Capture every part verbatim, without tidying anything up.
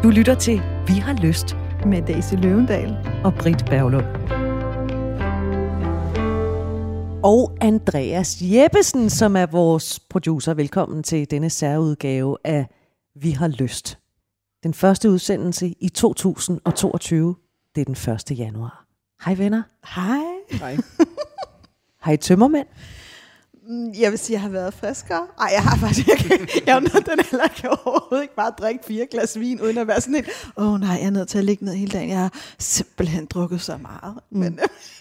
Du lytter til Vi har lyst med Daisy Løvendal og Britt Berglund. Og Andreas Jeppesen, som er vores producer. Velkommen til denne særudgave af Vi har lyst. Den første udsendelse i to tusind og toogtyve, det er den første januar. Hej venner. Hej. Hej. Hej tømmermænd. Jeg vil sige, at jeg har været friskere. Ej, jeg har faktisk ikke. Jeg er nødt den heller kan overhovedet ikke bare drikke fire glas vin, uden at være sådan et, åh oh, nej, jeg er nødt til at ligge ned hele dagen. Jeg har simpelthen drukket så meget. Mm. Men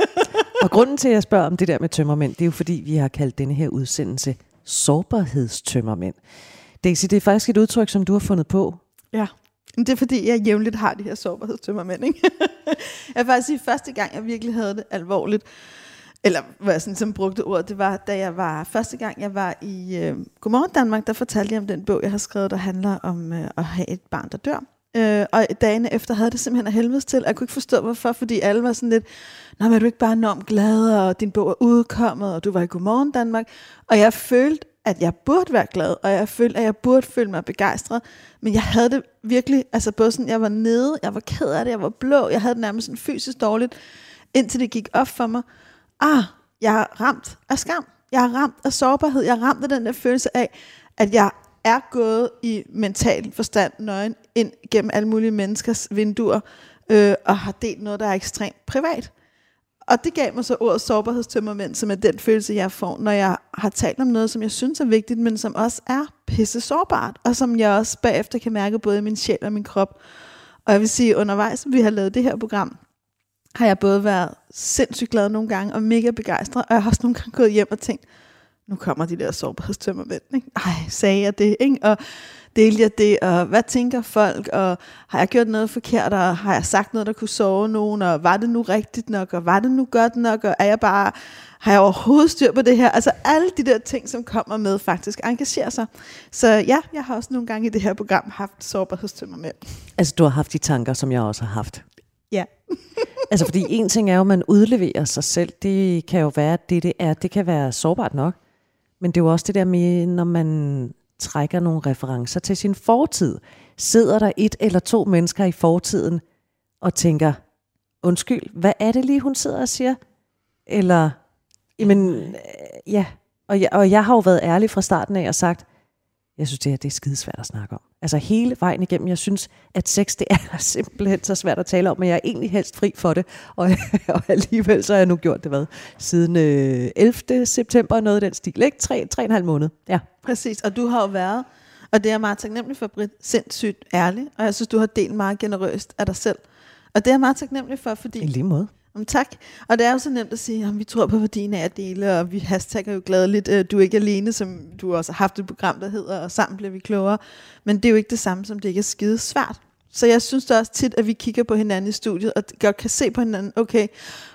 og grunden til, at jeg spørger om det der med tømmermænd, det er jo fordi, vi har kaldt denne her udsendelse sårbarhedstømmermænd. Daisy, det er faktisk et udtryk, som du har fundet på. Ja, det er fordi, jeg jævnligt har de her sårbarhedstømmermænd. Ikke? Jeg vil faktisk sige, første gang, jeg virkelig havde det alvorligt, eller hvad jeg sådan, som brugte ordet, det var, da jeg var, første gang jeg var i øh, Godmorgen Danmark, der fortalte jeg om den bog, jeg har skrevet, der handler om øh, at have et barn, der dør. Øh, og dagene efter havde det simpelthen af helvedes til. Jeg kunne ikke forstå, hvorfor, fordi alle var sådan lidt, nå, men er du ikke bare enormt glad, og din bog er udkommet, og du var i Godmorgen Danmark. Og jeg følte, at jeg burde være glad, og jeg følte, at jeg burde føle mig begejstret. Men jeg havde det virkelig, altså både sådan, jeg var nede, jeg var ked af det, jeg var blå, jeg havde det nærmest sådan fysisk dårligt, indtil det gik op for mig. Ah, jeg er ramt af skam. Jeg er ramt af sårbarhed. Jeg er ramt af den der følelse af, at jeg er gået i mental forstand nøgen ind gennem alle mulige menneskers vinduer, øh, og har delt noget, der er ekstremt privat. Og det gav mig så ordet sårbarhedstømmermænd, som er den følelse, jeg får, når jeg har talt om noget, som jeg synes er vigtigt, men som også er pisse sårbart, og som jeg også bagefter kan mærke både i min sjæl og min krop. Og jeg vil sige, undervejs, som vi har lavet det her program, har jeg både været sindssygt glad nogle gange, og mega begejstret, og jeg har også nogle gange gået hjem og tænkt, nu kommer de der sårbarhedstømmermænd, ikke? Ej, sagde jeg det, ikke? Og delte jeg det, og hvad tænker folk, og har jeg gjort noget forkert, og har jeg sagt noget, der kunne såre nogen, og var det nu rigtigt nok, og var det nu godt nok, og er jeg bare, har jeg overhovedet styr på det her? Altså alle de der ting, som kommer med, faktisk engagerer sig. Så ja, jeg har også nogle gange i det her program haft sårbarhedstømmermænd. Altså du har haft de tanker, som jeg også har haft. Ja. Altså fordi en ting er jo, at man udleverer sig selv. Det kan jo være, at det det er. Det kan være sårbart nok. Men det er jo også det der med, når man trækker nogle referencer til sin fortid. Sidder der et eller to mennesker i fortiden og tænker, undskyld, hvad er det lige, hun sidder og siger? Eller, jamen, ja. Og jeg, og jeg har jo været ærlig fra starten af og sagt, jeg synes, det her det er skidesvært at snakke om. Altså hele vejen igennem. Jeg synes, at sex, det er simpelthen så svært at tale om, men jeg er egentlig helst fri for det. Og, og alligevel så har jeg nu gjort det, hvad? Siden øh, ellevte september, noget af den stil, ikke? Tre, tre og en halv måned. Ja. Præcis, og du har jo været, og det er jeg meget taknemmelig for, Britt, sindssygt ærlig. Og jeg synes, du har delt meget generøst af dig selv. Og det er jeg meget taknemmelig for, fordi... I lige måde. Om tak. Og det er jo så nemt at sige, at vi tror på værdien af at dele, og vi hashtagger jo gladeligt, du er ikke alene, som du også har haft et program, der hedder, og sammen bliver vi klogere. Men det er jo ikke det samme, som det ikke er skide svært. Så jeg synes da også tit, at vi kigger på hinanden i studiet, og godt kan se på hinanden, okay,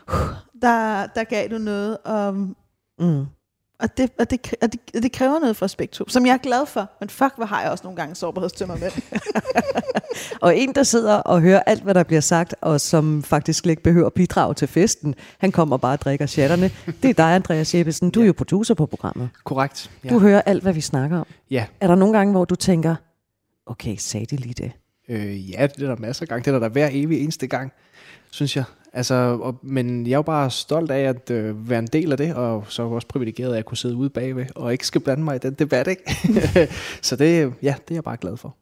der, der gav du noget, og, mm. og, det, og, det, og det, det kræver noget fra Spektrum, som jeg er glad for, men fuck, hvor har jeg også nogle gange sårbarhedstømmermænd. Og en, der sidder og hører alt, hvad der bliver sagt, og som faktisk ikke behøver at bidrage til festen, han kommer bare og drikker chatterne. Det er dig, Andreas Jeppesen. Du er ja. jo producer på programmet. Korrekt. Ja. Du hører alt, hvad vi snakker om. Ja. Er der nogle gange, hvor du tænker, okay, sagde de lige det? Øh, ja, det er der masser af gange. Det er der hver evig eneste gang, synes jeg. Altså, og, men jeg er jo bare stolt af at øh, være en del af det, og så er jeg også privilegeret af at kunne sidde ude bagved, og ikke skal blande mig i den debat, ikke? Så det, ja, det er jeg bare glad for.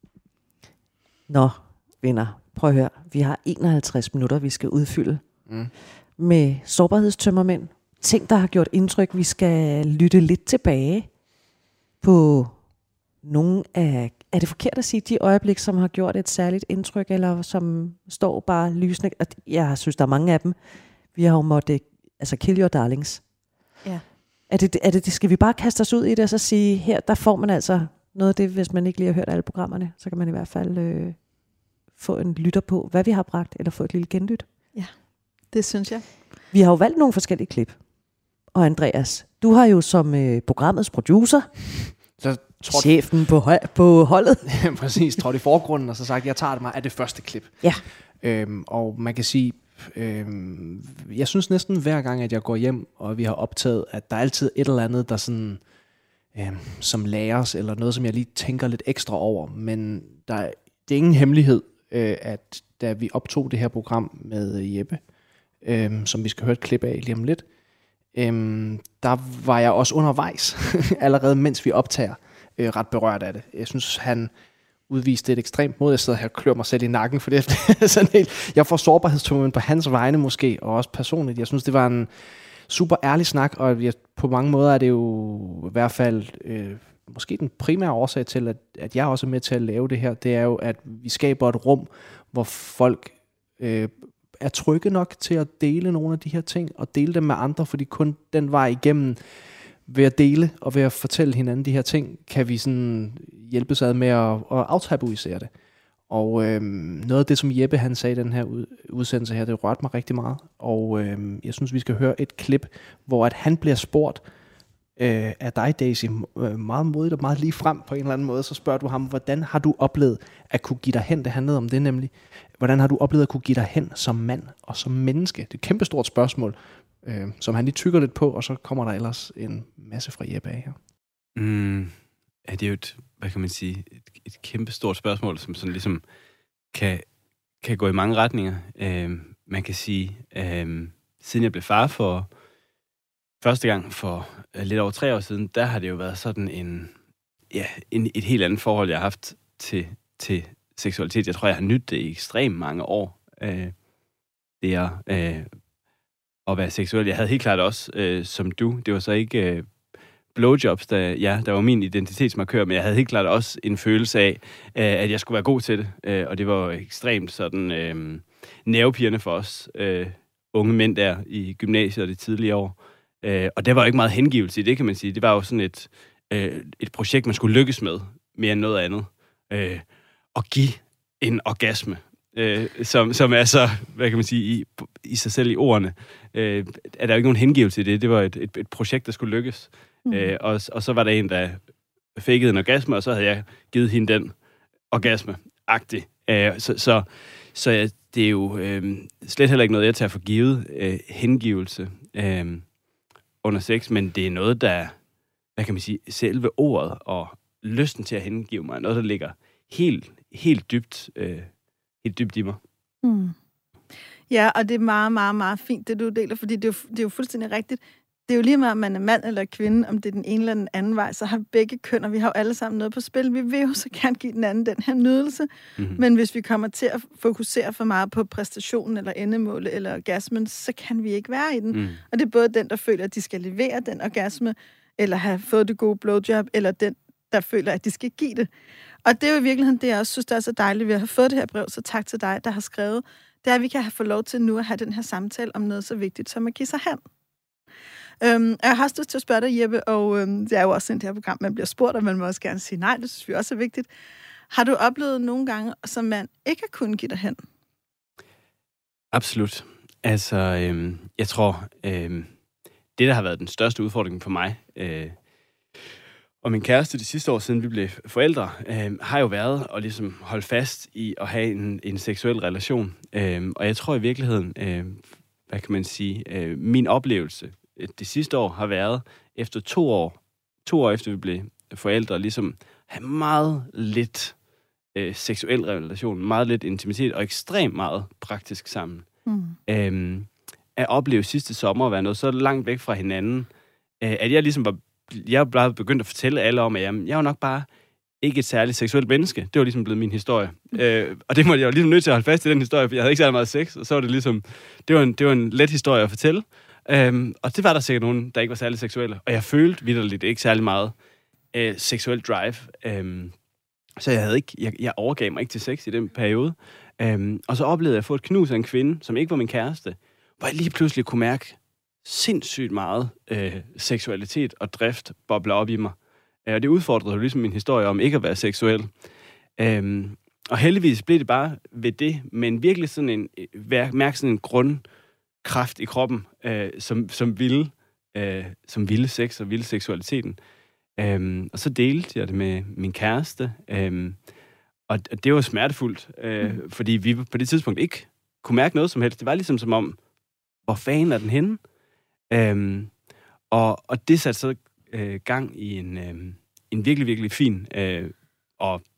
Nå, venner, prøv at høre. Vi har enoghalvtreds minutter, vi skal udfylde mm. med sårbarhedstømmermænd. Ting, der har gjort indtryk. Vi skal lytte lidt tilbage på nogle af, er det forkert at sige, de øjeblik, som har gjort et særligt indtryk, eller som står bare lysende. Jeg synes, der er mange af dem. Vi har jo måttet, altså kill your darlings. Ja. Er det, er det, skal vi bare kaste os ud i det, og så sige, her, der får man altså noget af det, hvis man ikke lige har hørt alle programmerne, så kan man i hvert fald øh, få en lytter på, hvad vi har bragt, eller få et lille genlyt. Ja, det synes jeg. Vi har jo valgt nogle forskellige klip. Og Andreas, du har jo som øh, programmets producer, så tråd... chefen på, høj- på holdet. Præcis, trådt i forgrunden, og så sagt, jeg tager det mig af det første klip. Ja. Øhm, og man kan sige, øhm, jeg synes næsten hver gang, at jeg går hjem, og vi har optaget, at der er altid et eller andet, der sådan... Øh, som læres, eller noget, som jeg lige tænker lidt ekstra over. Men der er det er ingen hemmelighed, øh, at da vi optog det her program med Jeppe, øh, som vi skal høre et klip af lige om lidt, øh, der var jeg også undervejs, allerede mens vi optager, øh, ret berørt af det. Jeg synes, han udviste et ekstremt mod. Jeg sidder her og klør mig selv i nakken, for det er sådan helt, jeg får sårbarhedstummen på hans vegne måske, og også personligt. Jeg synes, det var en super ærlig snak, og jeg, på mange måder er det jo i hvert fald øh, måske den primære årsag til, at, at jeg også er med til at lave det her, det er jo, at vi skaber et rum, hvor folk øh, er trygge nok til at dele nogle af de her ting, og dele dem med andre, fordi kun den vej igennem, ved at dele og ved at fortælle hinanden de her ting, kan vi sådan hjælpes ad med at, at aftabuisere det. Og øhm, noget af det, som Jeppe han sagde i den her ud, udsendelse her, det rørte mig rigtig meget. Og øhm, jeg synes, vi skal høre et klip, hvor at han bliver spurgt øh, af dig, Daisy, meget modigt og meget lige frem på en eller anden måde. Så spørger du ham, hvordan har du oplevet at kunne give dig hen? Det handlede om det nemlig. Hvordan har du oplevet at kunne give dig hen som mand og som menneske? Det er et kæmpestort spørgsmål, øh, som han lige tykker lidt på, og så kommer der ellers en masse fra Jeppe af her. Mm, ja, det er jo et, hvad kan man sige, et, et kæmpe stort spørgsmål, som sådan ligesom kan, kan gå i mange retninger. Øh, man kan sige, øh, siden jeg blev far for første gang for øh, lidt over tre år siden, der har det jo været sådan en, ja, en, et helt andet forhold, jeg har haft til, til seksualitet. Jeg tror, jeg har nydt det i ekstremt mange år. Øh, det er øh, at være seksuel. Jeg havde helt klart også, øh, som du, det var så ikke øh, blowjobs, der, ja, der var min identitetsmarkør, men jeg havde helt klart også en følelse af, øh, at jeg skulle være god til det. Øh, og det var ekstremt sådan øh, nervepirrende for os øh, unge mænd der i gymnasiet og de tidlige år. Øh, og det var jo ikke meget hengivelse i det, kan man sige. Det var jo sådan et, øh, et projekt, man skulle lykkes med, mere end noget andet. Øh, at give en orgasme, øh, som, som er så, hvad kan man sige, i, i sig selv i ordene, øh, er der jo ikke nogen hengivelse i det. Det var et, et, et projekt, der skulle lykkes. Mm. Øh, og, og så var der en, der fakede en orgasme, og så havde jeg givet hende den orgasme-agtig. Øh, så så, så ja, det er jo øh, slet heller ikke noget, jeg tager for givet, øh, hengivelse øh, under sex, men det er noget, der, hvad kan man sige, selve ordet og lysten til at hengive mig, noget, der ligger helt, helt dybt, øh, helt dybt i mig. Mm. Ja, og det er meget, meget, meget fint, det du deler, fordi det er jo, det er jo fuldstændig rigtigt. Det er jo lige meget, om man er mand eller kvinde, om det er den ene eller den anden vej, så har begge køn, og vi har jo alle sammen noget på spil. Vi vil jo så gerne give den anden den her nydelse, mm-hmm. men hvis vi kommer til at fokusere for meget på præstationen, eller endemålet, eller orgasmen, så kan vi ikke være i den. Mm. Og det er både den, der føler, at de skal levere den orgasme, eller have fået det gode blowjob, eller den, der føler, at de skal give det. Og det er jo i virkeligheden det, jeg også synes, der er så dejligt ved at have fået det her brev, så tak til dig, der har skrevet. Det er, at vi kan have fået lov til nu at have den her samtale om noget så vigtigt, som at give sig hen. Øhm, jeg har også lyst til at spørge dig, Jeppe, og øhm, det er jo også sådan det her program, man bliver spurgt, og man må også gerne sige nej, det synes vi også er vigtigt. Har du oplevet nogle gange, som man ikke har kunnet give dig hen? Absolut. Altså, øhm, jeg tror, øhm, det, der har været den største udfordring for mig, øh, og min kæreste de sidste år, siden vi blev forældre, øh, har jo været at ligesom holde fast i at have en, en seksuel relation. Øh, og jeg tror i virkeligheden, øh, hvad kan man sige, øh, min oplevelse det sidste år har været, efter to år, to år efter vi blev forældre, ligesom have meget lidt øh, seksuel relation, meget lidt intimitet og ekstremt meget praktisk sammen. Mm. Øh, at opleve sidste sommer at være noget så langt væk fra hinanden, øh, at jeg ligesom var jeg er bare begyndt at fortælle alle om, at jamen, jeg var nok bare ikke et særligt seksuelt menneske. Det var ligesom blevet min historie. Mm. Øh, og det måtte jeg jo ligesom nødt til at holde fast i den historie, for jeg havde ikke særlig meget sex, og så var det ligesom, det var en, det var en let historie at fortælle. Øhm, og det var der sikkert nogen, der ikke var særlig seksuelle. Og jeg følte vitterligt ikke særlig meget øh, seksuel drive. Øhm, så jeg havde ikke, jeg, jeg overgav mig ikke til sex i den periode. Øhm, og så oplevede jeg at få et knus af en kvinde, som ikke var min kæreste, hvor jeg lige pludselig kunne mærke, sindssygt meget øh, seksualitet og drift bobler op i mig. Øh, og det udfordrede jo ligesom min historie om ikke at være seksuel. Øhm, og heldigvis blev det bare ved det, men virkelig sådan en, mærke sådan en grundkraft i kroppen, øh, som, som, ville, øh, som ville sex og ville seksualiteten. Øhm, og så delte jeg det med min kæreste, øhm, og det var smertefuldt, øh, mm. fordi vi på det tidspunkt ikke kunne mærke noget som helst. Det var ligesom som om, hvor fanden er den henne? Øhm, og, og det satte så øh, gang i en, øh, en virkelig, virkelig fin øh, og,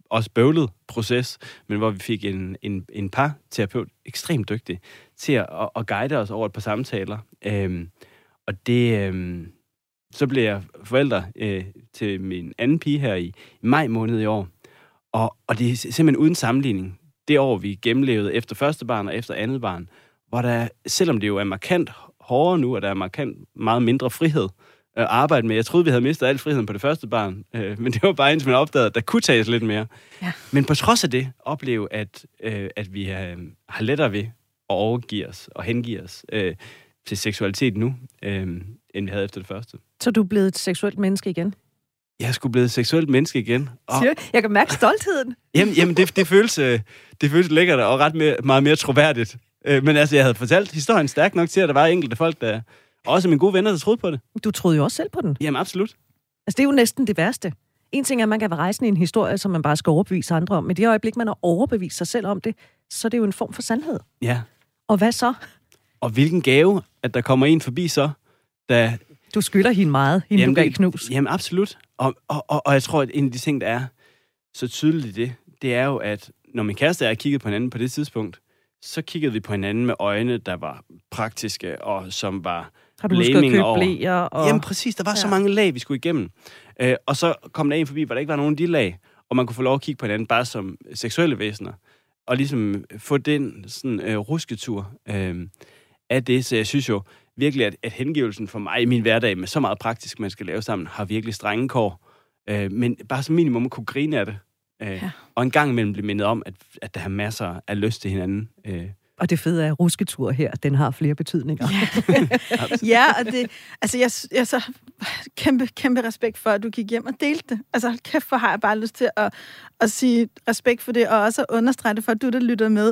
også bøvlet proces, men hvor vi fik en, en, en parterapeut, ekstremt dygtig, til at, at, at guide os over et par samtaler. Øhm, og det... Øhm, så blev jeg forælder øh, til min anden pige her i, i maj måned i år. Og, og det er simpelthen uden sammenligning. Det år, vi gennemlevede efter første barn og efter andet barn, hvor der, selvom det jo er markant hårdere nu, og der er markant meget mindre frihed at arbejde med. Jeg troede, vi havde mistet al friheden på det første barn, øh, men det var bare en, som jeg opdagede, at der kunne tages lidt mere. Ja. Men på trods af det, opleve, at, øh, at vi øh, har lettere ved at overgive os og hengive os øh, til seksualitet nu, øh, end vi havde efter det første. Så du er blevet et seksuelt menneske igen? Jeg er sgu blevet et seksuelt menneske igen. Og jeg kan mærke stoltheden. Jamen, jamen det, det, føles, det føles lækkert og ret mere, meget mere troværdigt. Men altså, jeg havde fortalt historien stærkt nok til, at der var enkelte folk, der også mine gode venner, der troede på det. Du troede jo også selv på den. Jamen, absolut. Altså, det er jo næsten det værste. En ting er, at man kan være rejsende i en historie, som man bare skal overbevise andre om. Men i det øjeblik, man har overbevist sig selv om det, så er det jo en form for sandhed. Ja. Og hvad så? Og hvilken gave, at der kommer en forbi så, da... Du skylder hende meget, hende jamen, du gav knus. Jamen, absolut. Og, og, og, og jeg tror, at en af de ting, der er så tydeligt i det, det er jo, at når min kæreste og jeg kiggede på hinanden på det tidspunkt, så kiggede vi på hinanden med øjne, der var praktiske, og som var har du husket at købe blæer? Og... Jamen præcis, der var ja. så mange lag, vi skulle igennem. Øh, og så kom der en forbi, hvor der ikke var nogen af de lag, og man kunne få lov at kigge på hinanden bare som seksuelle væsener, og ligesom få den sådan øh, rusketur øh, af det. Så jeg synes jo virkelig, at, at hengivelsen for mig i min hverdag med så meget praktisk, man skal lave sammen, har virkelig strenge kår. Øh, men bare som minimum at kunne grine af det. Øh, ja. Og en gang imellem blive mindet om, at, at der er masser af lyst til hinanden. Øh. Og det fede er, at rusketur her, den har flere betydninger. Ja, ja og det, altså jeg, jeg så kæmpe, kæmpe respekt for, at du gik hjem og delte det. Altså kæft, for har jeg bare lyst til at, at sige respekt for det, og også at understrege det for, at du, der lytter med,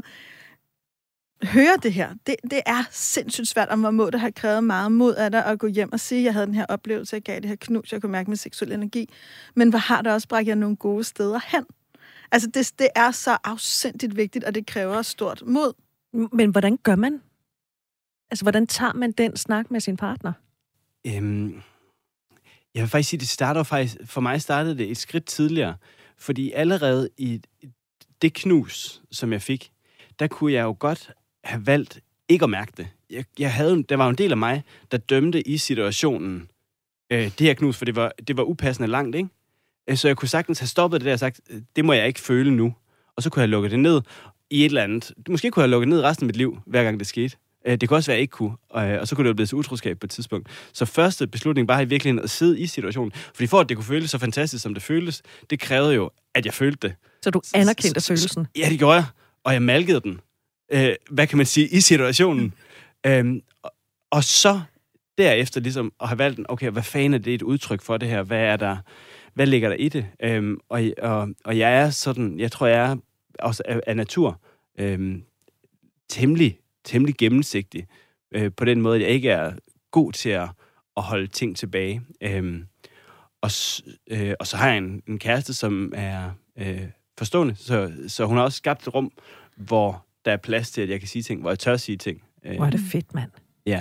høre det her. Det, det er sindssygt svært, og hvor må det have krævet meget mod af dig at gå hjem og sige, at jeg havde den her oplevelse, jeg gav det her knus, jeg kunne mærke med seksuel energi. Men hvor har det også bragt jer nogle gode steder hen? Altså det, det er så afsindigt vigtigt, og det kræver stort mod. Men hvordan gør man? Altså, hvordan tager man den snak med sin partner? Øhm, jeg vil faktisk sige, det starter faktisk, for mig startede det et skridt tidligere, fordi allerede i det knus, som jeg fik, der kunne jeg jo godt have valgt ikke at mærke det. Jeg, jeg havde, der var jo en del af mig, der dømte i situationen øh, det her knus, for det var, det var upassende langt, ikke? Så jeg kunne sagtens have stoppet det der og sagt, det må jeg ikke føle nu. Og så kunne jeg lukke det ned i et eller andet. Måske kunne jeg lukke ned resten af mit liv, hver gang det skete. Det kunne også være, at jeg ikke kunne. Og så kunne det jo blive til utroskab på et tidspunkt. Så første beslutning var i virkeligheden at sidde i situationen. Fordi for at det kunne føles så fantastisk, som det føltes, det krævede jo, at jeg følte det. Så du anerkendte følelsen? Ja, det gjorde jeg. Og jeg malkede den. Hvad kan man sige? I situationen. Mm. Og så derefter ligesom at have valgt den, okay, hvad fanden er det et udtryk for det her? Hvad er der... Hvad ligger der i det? Øhm, og, og, og jeg er sådan, jeg tror, jeg er også af, af natur øhm, temmelig, temmelig gennemsigtig øh, på den måde, at jeg ikke er god til at, at holde ting tilbage. Øhm, og, øh, og så har jeg en, en kæreste, som er øh, forstående, så, så hun har også skabt et rum, hvor der er plads til, at jeg kan sige ting, hvor jeg tør sige ting. Øh, hvor er det fedt, mand. Ja.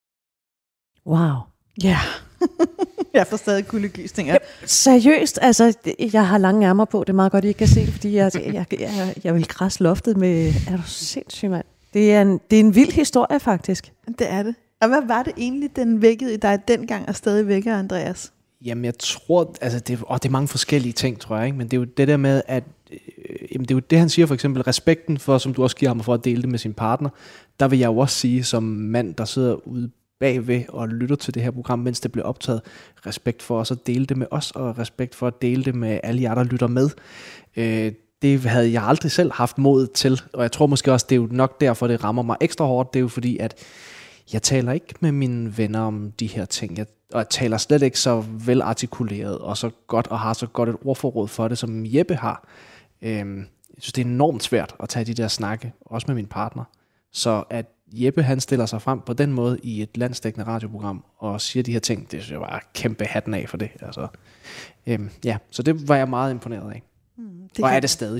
Wow. Ja. Yeah. Jeg får stadig kuldegysninger. Ja, seriøst, altså, jeg har lange ærmer på, det er meget godt, I ikke kan se det, fordi jeg, jeg, jeg, jeg vil krasse loftet med, er du sindssyg, mand? Det er, en, det er en vild historie, faktisk. Det er det. Og hvad var det egentlig, den vækkede i dig dengang, og stadig vækker, Andreas? Jamen, jeg tror, altså, det, åh, det er mange forskellige ting, tror jeg, ikke? Men det er jo det der med, at øh, jamen, det er jo det, han siger, for eksempel, respekten for, som du også giver ham for at dele det med sin partner, der vil jeg jo også sige, som mand, der sidder ude bagved og lytter til det her program, mens det bliver optaget. Respekt for os at dele det med os, og respekt for at dele det med alle jer, der lytter med. Øh, det havde jeg aldrig selv haft mod til, og jeg tror måske også, det er jo nok derfor, det rammer mig ekstra hårdt. Det er jo fordi, at jeg taler ikke med mine venner om de her ting. Jeg, og jeg taler slet ikke så velartikuleret og så godt, og har så godt et ordforråd for det, som Jeppe har. Øh, jeg synes, det er enormt svært at tage de der snakke, også med min partner. Så at Jeppe, han stiller sig frem på den måde i et landsdækkende radioprogram og siger de her ting, det synes jeg var kæmpe hatten af for det. Altså, øhm, ja, så det var jeg meget imponeret af. Mm, det og er det stadig.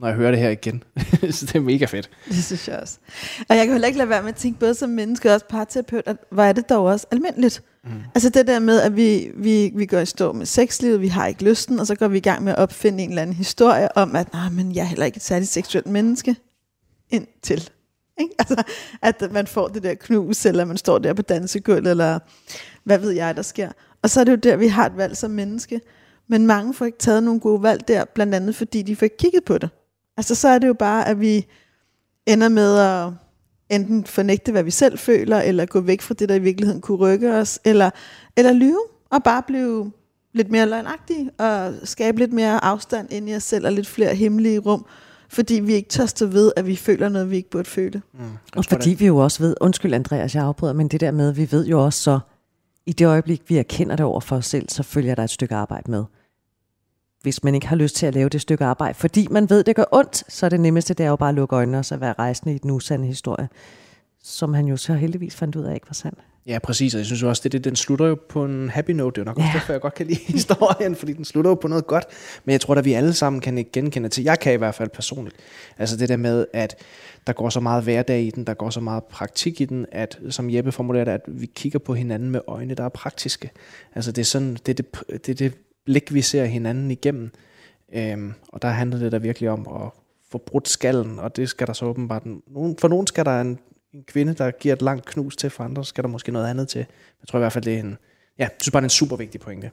når jeg hører det her igen. Så det er mega fedt. Det synes jeg også. Og jeg kan heller ikke lade være med at tænke, både som menneske og også parterapeut, at hvor er det dog også almindeligt. Mm. Altså det der med, at vi, vi, vi går i stå med sexlivet, vi har ikke lysten, og så går vi i gang med at opfinde en eller anden historie om, at nej, men jeg er heller ikke et særligt seksuelt menneske. Indtil. Ikke? Altså, at man får det der knus, eller man står der på dansegulvet, eller hvad ved jeg, der sker. Og så er det jo der, vi har et valg som menneske. Men mange får ikke taget nogle gode valg der, blandt andet fordi de får ikke kigget på det. Altså så er det jo bare, at vi ender med at enten fornægte, hvad vi selv føler, eller gå væk fra det, der i virkeligheden kunne rykke os, eller, eller lyve, og bare blive lidt mere løgnagtige, og skabe lidt mere afstand ind i os selv, og lidt flere hemmelige rum, fordi vi ikke tør stå ved, at vi føler noget, vi ikke burde føle. Mm, og fordi vi jo også ved, undskyld Andreas, jeg afbryder, men det der med, vi ved jo også så, i det øjeblik, vi erkender det over for os selv, så følger der et stykke arbejde med. Hvis man ikke har lyst til at lave det stykke arbejde, fordi man ved, det gør ondt, så er det nemmeste, det er jo bare at lukke øjnene og så være rejsende i den usande historie, som han jo så heldigvis fandt ud af ikke var sand. Ja, præcis, og jeg synes også, det, det den slutter jo på en happy note. Det er jo nok også ja. derfor, jeg godt kan lide historien, fordi den slutter jo på noget godt. Men jeg tror, at vi alle sammen kan genkende til. Jeg kan i hvert fald personligt. Altså det der med, at der går så meget hverdag i den, der går så meget praktik i den, at som Jeppe formulerer det, at vi kigger på hinanden med øjne, der er praktiske. Altså det er sådan, det er det, det, er det blik, vi ser hinanden igennem. Øhm, og der handler det der virkelig om at få brudt skallen, og det skal der så åbenbart... For nogen skal der en en kvinde, der giver et langt knus til, for andre skal der måske noget andet til. Jeg tror i hvert fald, det er en, ja, jeg synes bare, det er en super vigtig pointe.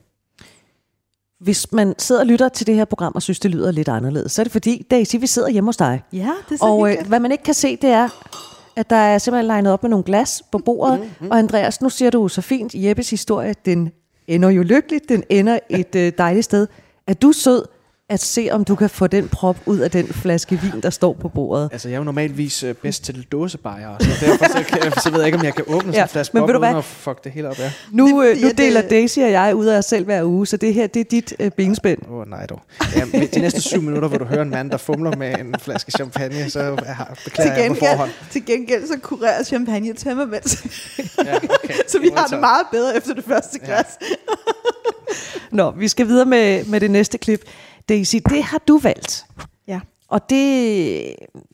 Hvis man sidder og lytter til det her program, og synes, det lyder lidt anderledes, så er det fordi, Daisy, vi sidder hjemme hos dig. Ja, det er så Og hyggeligt. øh, hvad man ikke kan se, det er, at der er simpelthen legnet op med nogle glas på bordet. Mm-hmm. Og Andreas, nu siger du så fint, Jeppes historie, den ender jo lykkeligt, den ender et øh, dejligt sted. Er du sød at se, om du kan få den prop ud af den flaske vin, der står på bordet? Altså, jeg er jo normalvis øh, bedst til dåsebajer, så derfor så, kan, så ved jeg ikke, om jeg kan åbne sådan Ja, en flaske men op, ved du uden hvad? at fuck det hele op, ja. Nu, øh, Det- nu ja, deler det- Daisy og jeg ud af os selv hver uge, så det her, det er dit øh, benspænd. Åh, oh, nej dog. Ja, men de næste syv minutter, hvor du hører en mand, der fumler med en flaske champagne, så jeg har, Til beklager jeg på forhånd. gengæld, til gengæld så kurerer champagne tømmermænd. Ja, okay. Så vi har det meget bedre efter det første glas. Nå, vi skal videre med, med det næste klip. Daisy, det har du valgt. Ja. Og det...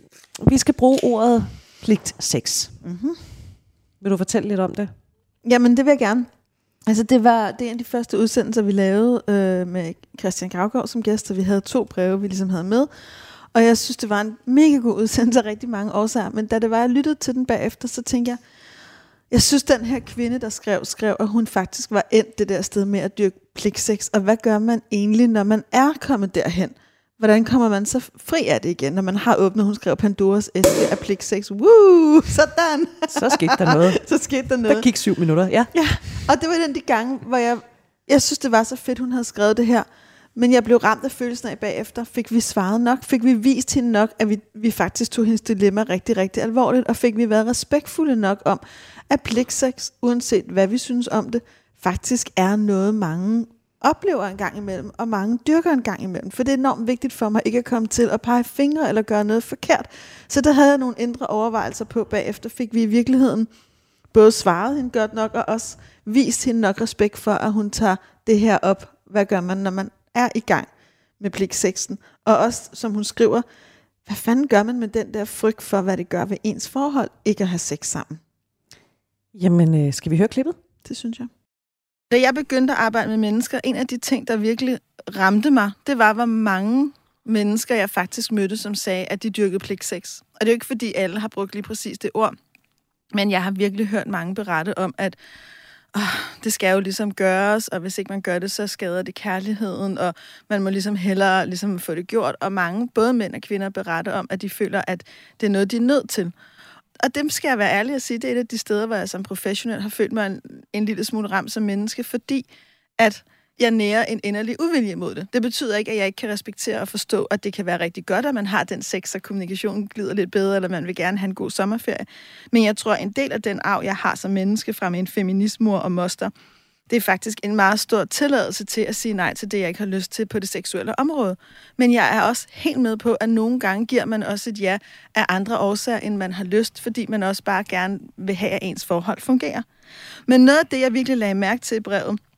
Vi skal bruge ordet pligt sex. Mm-hmm. Vil du fortælle lidt om det? Jamen, det vil jeg gerne. Altså, det var det er en af de første udsendelser, vi lavede øh, med Christian Gravgaard som gæst, og vi havde to breve, vi ligesom havde med. Og jeg synes, det var en mega god udsendelse af rigtig mange årsager. Men da det var, jeg lyttede til den bagefter, så tænkte jeg, jeg synes, den her kvinde, der skrev, skrev, at hun faktisk var endt det der sted med at dyrke pligtsex. Og hvad gør man egentlig, når man er kommet derhen? Hvordan kommer man så fri af det igen, når man har åbnet, hun skrev Pandoras æske af pligtsex. Woo! Sådan! Så skete der noget. Så skete der noget. Der gik syv minutter, ja. Ja, og det var den de gange, hvor jeg, jeg synes, det var så fedt, hun havde skrevet det her. Men jeg blev ramt af følelsen af bagefter. Fik vi svaret nok? Fik vi vist hende nok, at vi, vi faktisk tog hendes dilemma rigtig, rigtig alvorligt? Og fik vi været respektfulde nok om, at pligtsex, uanset hvad vi synes om det, faktisk er noget, mange oplever en gang imellem, og mange dyrker en gang imellem. For det er enormt vigtigt for mig ikke at komme til at pege fingre eller gøre noget forkert. Så der havde jeg nogle indre overvejelser på. Bagefter fik vi i virkeligheden både svaret hende godt nok, og også vist hende nok respekt for, at hun tager det her op. Hvad gør man, når man er i gang med pligtsexen? Og også, som hun skriver, hvad fanden gør man med den der frygt for, hvad det gør ved ens forhold, ikke at have sex sammen? Jamen, øh, skal vi høre klippet? Det synes jeg. Da jeg begyndte at arbejde med mennesker, en af de ting, der virkelig ramte mig, det var, hvor mange mennesker, jeg faktisk mødte, som sagde, at de dyrkede pligtsex. Og det er jo ikke, fordi alle har brugt lige præcis det ord, men jeg har virkelig hørt mange berette om, at åh, det skal jo ligesom gøres, og hvis ikke man gør det, så skader det kærligheden, og man må ligesom hellere ligesom få det gjort. Og mange, både mænd og kvinder, beretter om, at de føler, at det er noget, de er nødt til. Og dem skal jeg være ærlig at sige, det er et af de steder, hvor jeg som professionel har følt mig en, en lille smule ramt som menneske, fordi at jeg nærer en inderlig uvilje imod det. Det betyder ikke, at jeg ikke kan respektere og forstå, at det kan være rigtig godt, at man har den sex, og kommunikationen glider lidt bedre, eller man vil gerne have en god sommerferie. Men jeg tror, en del af den arv, jeg har som menneske fra min feminismor og moster, det er faktisk en meget stor tilladelse til at sige nej til det, jeg ikke har lyst til på det seksuelle område. Men jeg er også helt med på, at nogle gange giver man også et ja af andre årsager, end man har lyst, fordi man også bare gerne vil have, at ens forhold fungerer. Men noget af det, jeg virkelig lagde mærke til i brevet,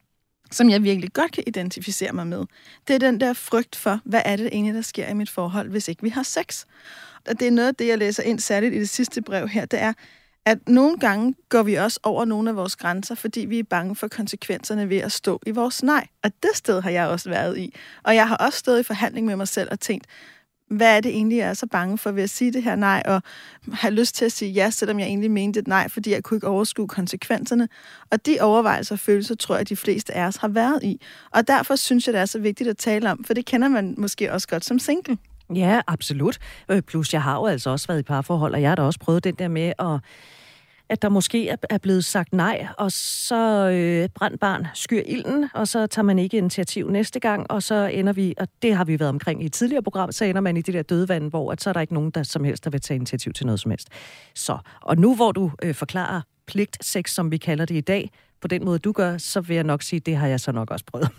som jeg virkelig godt kan identificere mig med, det er den der frygt for, hvad er det egentlig, der sker i mit forhold, hvis ikke vi har sex. Og det er noget af det, jeg læser ind særligt i det sidste brev her, det er, at nogle gange går vi også over nogle af vores grænser, fordi vi er bange for konsekvenserne ved at stå i vores nej. Og det sted har jeg også været i. Og jeg har også stået i forhandling med mig selv og tænkt, hvad er det egentlig, jeg er så bange for ved at sige det her nej, og have lyst til at sige ja, selvom jeg egentlig mente et nej, fordi jeg kunne ikke overskue konsekvenserne. Og de overvejelser og følelser, tror jeg, at de fleste af os har været i. Og derfor synes jeg, det er så vigtigt at tale om, for det kender man måske også godt som single. Ja, absolut. Plus, jeg har jo altså også været i parforhold, og jeg har da også prøvet den der med, at, at der måske er blevet sagt nej, og så øh, brændt barn skyr ilden, og så tager man ikke initiativ næste gang, og så ender vi, og det har vi været omkring i et tidligere program, så ender man i det der dødvand, hvor at så er der ikke nogen, der som helst der vil tage initiativ til noget som helst. Så, og nu hvor du øh, forklarer pligtsex, som vi kalder det i dag, på den måde, du gør, så vil jeg nok sige, det har jeg så nok også prøvet.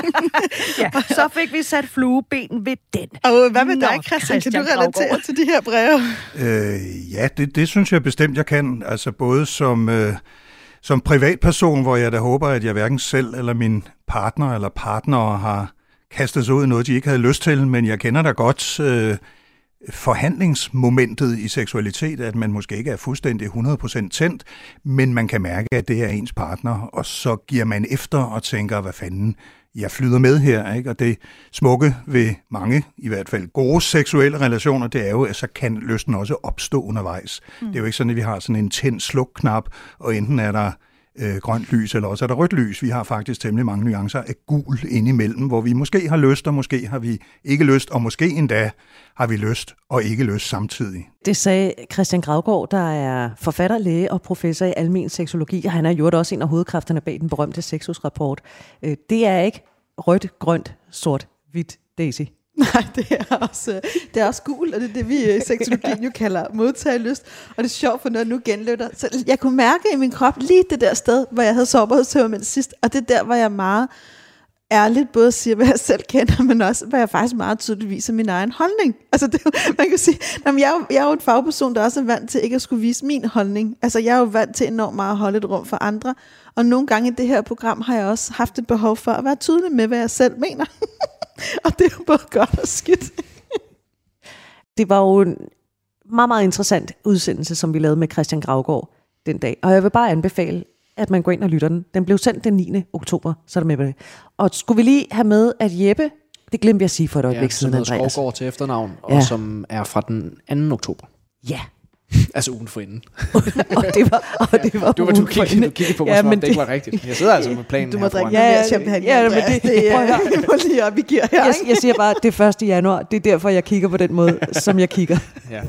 Ja, så fik vi sat flueben ved den. Og hvad med Nå, dig, Christian? Kan du relatere til de her breve? Øh, ja, det, det synes jeg bestemt, jeg kan. Altså både som, øh, som privatperson, hvor jeg da håber, at jeg hverken selv eller min partner eller partnere har kastet sig ud i noget, de ikke havde lyst til, men jeg kender da godt øh, forhandlingsmomentet i seksualitet, at man måske ikke er fuldstændig hundrede procent tændt, men man kan mærke, at det er ens partner, og så giver man efter og tænker, hvad fanden, jeg flyder med her, ikke? Og det smukke ved mange, i hvert fald gode seksuelle relationer, det er jo, at så kan lysten også opstå undervejs. Mm. Det er jo ikke sådan, at vi har sådan en tænd slukknap, og enten er der øh, grønt lys, eller også er der rødt lys. Vi har faktisk temmelig mange nuancer af gul indimellem, hvor vi måske har lyst, og måske har vi ikke lyst, og måske endda har vi lyst og ikke lyst samtidig. Det sagde Christian Gravgaard, der er forfatter, læge og professor i almen seksologi, og han har gjort også en af hovedkræfterne bag den berømte Sexus-rapport. Det er ikke rødt, grønt, sort, hvidt, Daisy. Nej, det er også, det er også gul, og det er det, vi i seksologien jo kalder modtagelyst. Og det er sjovt, for noget nu genlytter. Så jeg kunne mærke i min krop lige det der sted, hvor jeg havde sårbarhedstømmermænd sidst, og det er der, hvor jeg meget ærligt både siger, hvad jeg selv kender, men også, hvad jeg faktisk meget tydeligt viser min egen holdning. Altså, det, man kan sige, jamen, jeg, er jo, jeg er jo en fagperson, der også er vant til ikke at skulle vise min holdning. Altså, jeg er jo vant til enormt meget at holde et rum for andre, og nogle gange i det her program har jeg også haft et behov for at være tydelig med, hvad jeg selv mener. Og det er jo både godt og skidt. Det var jo en meget, meget interessant udsendelse, som vi lavede med Christian Gravgaard den dag, og jeg vil bare anbefale, at man går ind og lytter den. Den blev sendt den niende oktober, så er der med på det. Og skulle vi lige have med, at Jeppe, det glemte jeg at sige for et øjeblik siden, Andreas. Ja, som hedder Skovgaard til efternavn, og ja. som er fra den anden oktober. Ja. Altså ugen forinden. og det var, og det var du, var, du, kiggede, du kiggede på mig, ja, som om det ikke var rigtigt. Jeg sidder altså med planen du her. Du må drikke mere champagne. Ja, men det, det er lige op i gear her. Jeg, jeg siger bare, det er første januar. Det er derfor, jeg kigger på den måde, som jeg kigger. Ja.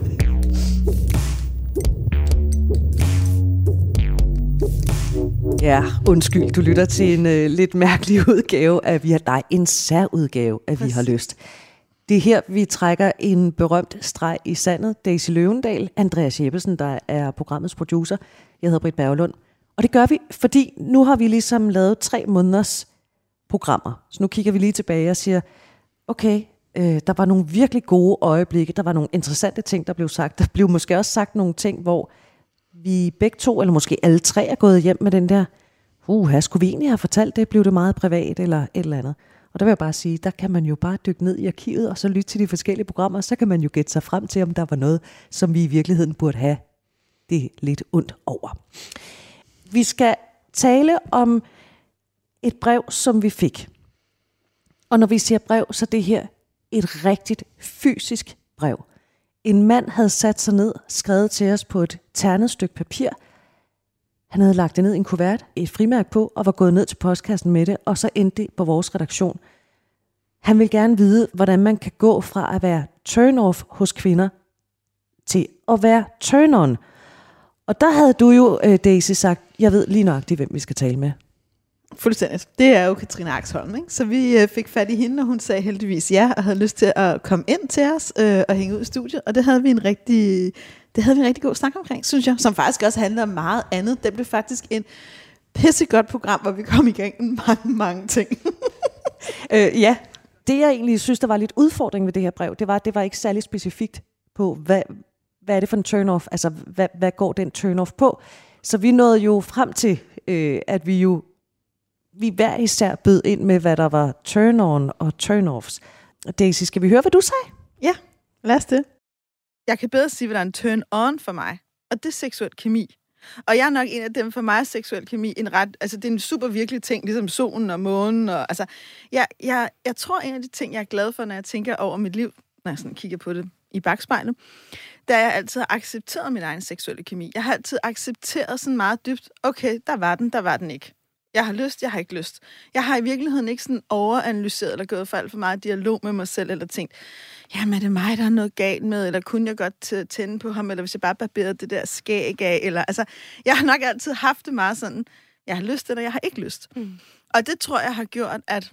Ja, undskyld, du lytter til en uh, lidt mærkelig udgave af Vi har dig, en særudgave af Vi har lyst. Det er her, vi trækker en berømt streg i sandet. Daisy Løvendal, Andreas Jeppesen, der er programmets producer. Jeg hedder Britt Berglund. Og det gør vi, fordi nu har vi ligesom lavet tre måneders programmer. Så nu kigger vi lige tilbage og siger, okay, øh, der var nogle virkelig gode øjeblikke, der var nogle interessante ting, der blev sagt. Der blev måske også sagt nogle ting, hvor vi begge to, eller måske alle tre, er gået hjem med den der, uh, her skulle vi egentlig have fortalt det, blev det meget privat, eller et eller andet. Og der vil jeg bare sige, der kan man jo bare dykke ned i arkivet, og så lytte til de forskellige programmer, så kan man jo gætte sig frem til, om der var noget, som vi i virkeligheden burde have det lidt ondt over. Vi skal tale om et brev, som vi fik. Og når vi siger brev, så er det her et rigtigt fysisk brev. En mand havde sat sig ned, skrevet til os på et ternet stykke papir. Han havde lagt det ned i en kuvert, et frimærke på, og var gået ned til postkassen med det, og så endte det på vores redaktion. Han vil gerne vide, hvordan man kan gå fra at være turn-off hos kvinder til at være turn-on. Og der havde du jo, Daisy, sagt, jeg ved lige nøjagtigt, hvem vi skal tale med. Fuldstændigt. Det er jo Katrine Axholm, ikke? Så vi øh, fik fat i hende, og hun sagde heldigvis ja, og havde lyst til at komme ind til os øh, og hænge ud i studiet. Og det havde vi en rigtig, det havde vi en rigtig god snak omkring, synes jeg. Som faktisk også handler om meget andet. Det blev faktisk en pissegodt program, hvor vi kom i gang med mange, mange ting. øh, ja, det jeg egentlig synes, der var lidt udfordring ved det her brev, det var, at det var ikke særlig specifikt på, hvad, hvad er det for en turn-off? Altså, hvad, hvad går den turn-off på? Så vi nåede jo frem til, øh, at vi jo vi hver især bød ind med, hvad der var turn-on og turn-offs. Daisy, skal vi høre, hvad du sagde? Ja, lad os det. Jeg kan bedre sige, hvad der er en turn-on for mig, og det er seksuel kemi. Og jeg er nok en af dem, for mig er seksuel kemi en ret, altså det er en super virkelig ting, ligesom solen og månen. Og, altså, jeg, jeg, jeg tror, en af de ting, jeg er glad for, når jeg tænker over mit liv, når jeg sådan kigger på det i bagspejlet, der jeg altid har accepteret min egen seksuelle kemi. Jeg har altid accepteret sådan meget dybt, okay, der var den, der var den ikke. Jeg har lyst, jeg har ikke lyst. Jeg har i virkeligheden ikke sådan overanalyseret eller gået for alt for meget dialog med mig selv, eller tænkt, jamen er det mig, der er noget galt med, eller kunne jeg godt tænde på ham, eller hvis jeg bare barberede det der skæg af, eller altså, jeg har nok altid haft det meget sådan, jeg har lyst, eller jeg har ikke lyst. Mm. Og det tror jeg har gjort, at,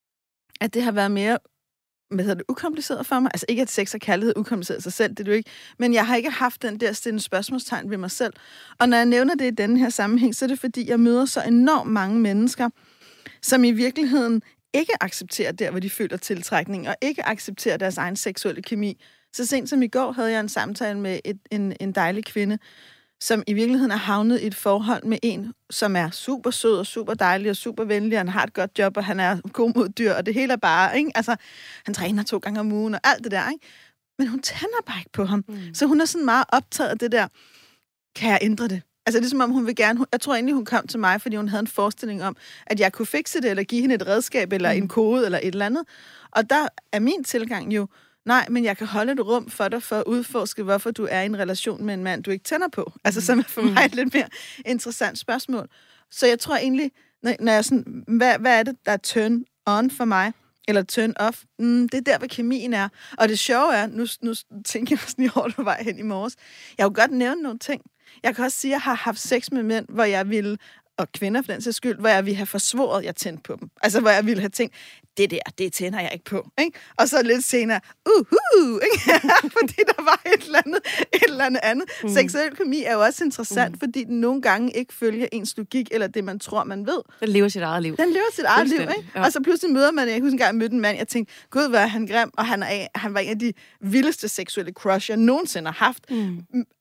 at det har været mere, hvad hedder det, ukompliceret for mig. Altså ikke, at sex og kærlighed er ukompliceret sig selv, det er det jo ikke. Men jeg har ikke haft den der stille spørgsmålstegn ved mig selv. Og når jeg nævner det i denne her sammenhæng, så er det fordi, jeg møder så enormt mange mennesker, som i virkeligheden ikke accepterer der, hvor de føler tiltrækning, og ikke accepterer deres egen seksuelle kemi. Så sent som i går havde jeg en samtale med et, en, en dejlig kvinde, som i virkeligheden er havnet i et forhold med en, som er super sød og super dejlig og super venlig, og han har et godt job, og han er god mod dyr, og det hele er bare, ikke? Altså, han træner to gange om ugen, og alt det der, ikke? Men hun tænder bare ikke på ham. Mm. Så hun er sådan meget optaget af det der, kan jeg ændre det? Altså, det er som om, hun vil gerne... Jeg tror egentlig, hun kom til mig, fordi hun havde en forestilling om, at jeg kunne fikse det, eller give hende et redskab, eller mm. en kode, eller et eller andet. Og der er min tilgang jo, nej, men jeg kan holde et rum for dig, for at udforske, hvorfor du er i en relation med en mand, du ikke tænder på. Altså, som er for mig et lidt mere interessant spørgsmål. Så jeg tror egentlig, når jeg sådan... Hvad, hvad er det, der er turn on for mig? Eller turn off? Mm, det er der, hvor kemien er. Og det sjove er, nu, nu tænker jeg sådan i år på vej hen i morges, jeg kunne godt nævne nogle ting. Jeg kan også sige, at jeg har haft sex med mænd, hvor jeg ville, og kvinder for den sags skyld, hvor jeg ville have forsvoret, at jeg tændte på dem. Altså, hvor jeg ville have tænkt, det der, det tænder jeg ikke på. Ikke? Og så lidt senere, uhu, ikke? Fordi der var et eller andet, et eller andet andet. Mm. Seksuel kemi er jo også interessant, mm. fordi den nogle gange ikke følger ens logik, eller det, man tror, man ved. Den lever sit eget liv. Den lever sit eget liv, ikke? Ja. Og så pludselig møder man, jeg husker en gang, jeg mødte en mand, jeg tænkte, gud, hvor er han grim, og han, er, han var en af de vildeste seksuelle crush, jeg nogensinde har haft. Mm.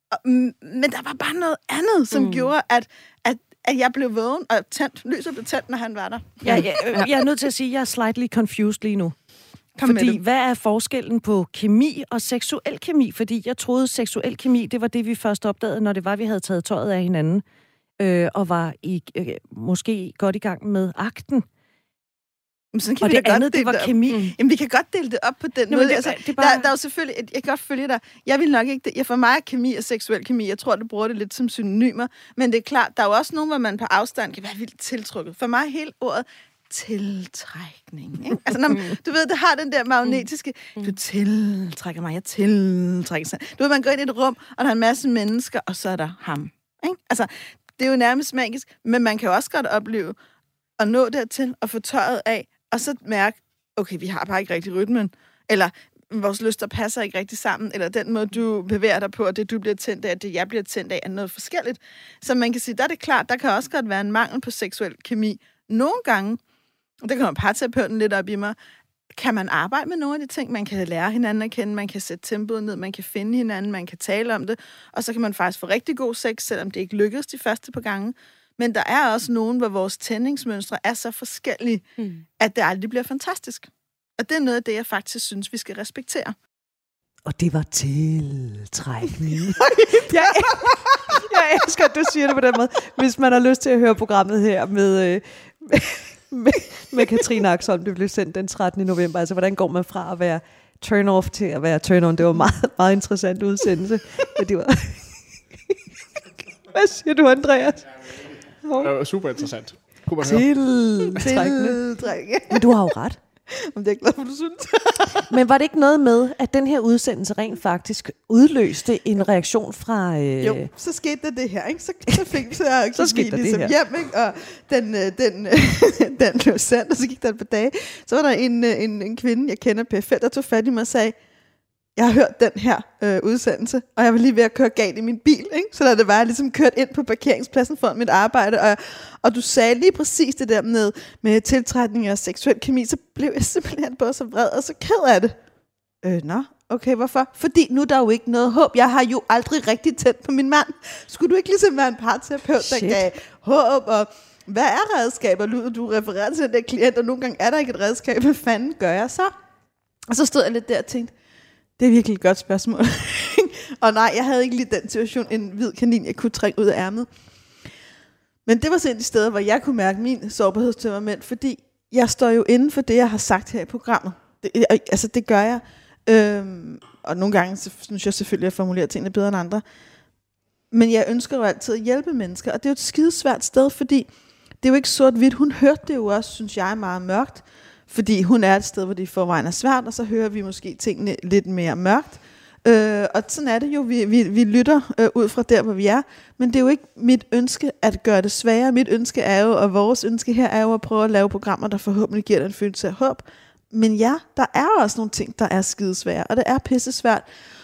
Men der var bare noget andet, som mm. gjorde, at, at, at jeg blev vågen, og tændt, lyset blev tændt, når han var der. Ja, jeg, jeg er nødt til at sige, at jeg er slightly confused lige nu. Kom Fordi, hvad er forskellen på kemi og seksuel kemi? Fordi jeg troede, seksuel kemi, det var det, vi først opdagede, når det var, vi havde taget tøjet af hinanden, øh, og var i, øh, måske godt i gang med akten. Sådan kan og vi det andet, det var kemi. Mm. Jamen, vi kan godt dele det op på den Nå, måde. Det, altså, det bare... der, der er jo selvfølgelig... Jeg kan godt følge dig. Jeg vil nok ikke... Det. Ja, for mig er kemi og seksuel kemi. Jeg tror, du bruger det lidt som synonymer. Men det er klart, der er jo også nogen, hvor man på afstand kan være vildt tiltrukket. For mig er hele ordet tiltrækning. Ikke? Altså, når man, du ved, det har den der magnetiske... Du tiltrækker mig, jeg tiltrækker sig. Du ved, man går ind i et rum, og der er en masse mennesker, og så er der ham. Ikke? Altså, det er jo nærmest magisk. Men man kan jo også godt opleve at nå dertil og få tøjet af, og så mærke, okay, vi har bare ikke rigtig rytmen, eller vores lyster passer ikke rigtig sammen, eller den måde, du bevæger dig på, og det, du bliver tændt af, og det, jeg bliver tændt af, er noget forskelligt. Så man kan sige, der er det klart, der kan også godt være en mangel på seksuel kemi. Nogle gange, og der kommer parterapeuten lidt op i mig, kan man arbejde med nogle af de ting, man kan lære hinanden at kende, man kan sætte tempoet ned, man kan finde hinanden, man kan tale om det, og så kan man faktisk få rigtig god sex, selvom det ikke lykkedes de første par gange. Men der er også nogen, hvor vores tændingsmønstre er så forskellige, mm. at det aldrig bliver fantastisk. Og det er noget af det, jeg faktisk synes, vi skal respektere. Og det var tiltrækning. jeg, jeg elsker, at du siger det på den måde. Hvis man har lyst til at høre programmet her med, med, med, med Katrine Axholm, det blev sendt den trettende november. Altså, hvordan går man fra at være turn-off til at være turn-on? Det var en meget, meget interessant udsendelse. Men det var... Hvad siger du, Andreas? Det var super interessant. Kunne man Tiltrækkende. Men du har jo ret. Om det er glad for, du synes. Men var det ikke noget med, at den her udsendelse rent faktisk udløste en reaktion fra... Øh... Jo, så skete der det her, ikke? Så, så fik så jeg så skete der ligesom det her. Hjem, ikke? Og den, den, den blev sendt, og så gik der et par dage. Så var der en, en, en kvinde, jeg kender, P F, der tog fat i mig og sagde, jeg har hørt den her øh, udsendelse, og jeg var lige ved at køre galt i min bil, ikke? Så da det var, jeg ligesom kørt ind på parkeringspladsen for mit arbejde, og, og du sagde lige præcis det der med, med tiltrækning og seksuel kemi, så blev jeg simpelthen bare så vred og så ked af det. Øh, nå, okay, hvorfor? Fordi nu er der jo ikke noget håb. Jeg har jo aldrig rigtig tændt på min mand. Skulle du ikke ligesom være en parterapeut, der gav håb og... Hvad er redskaber? Lyder du refererer til den klient, og nogle gange er der ikke et redskab. Hvad fanden gør jeg så? Og så stod jeg lidt der og tænkte, det er virkelig et godt spørgsmål. Og nej, jeg havde ikke lige den situation, en hvid kanin, jeg kunne trække ud af ærmet. Men det var sådan de steder, hvor jeg kunne mærke min sårbarhedstemperament, fordi jeg står jo inden for det, jeg har sagt her i programmet. Det, altså, det gør jeg. Øhm, og nogle gange så synes jeg selvfølgelig, at jeg formulerer tingene bedre end andre. Men jeg ønsker jo altid at hjælpe mennesker, og det er jo et skidesvært sted, fordi det er jo ikke sort-hvidt. Hun hørte det jo også, synes jeg, meget mørkt, fordi hun er et sted, hvor det i forvejen er svært, og så hører vi måske tingene lidt mere mørkt. Øh, og sådan er det jo, vi, vi, vi lytter øh, ud fra der, hvor vi er, men det er jo ikke mit ønske at gøre det sværere. Mit ønske er jo, og vores ønske her er jo at prøve at lave programmer, der forhåbentlig giver dig en følelse af håb. Men ja, der er også nogle ting, der er skidesvære, og det er pissesvært,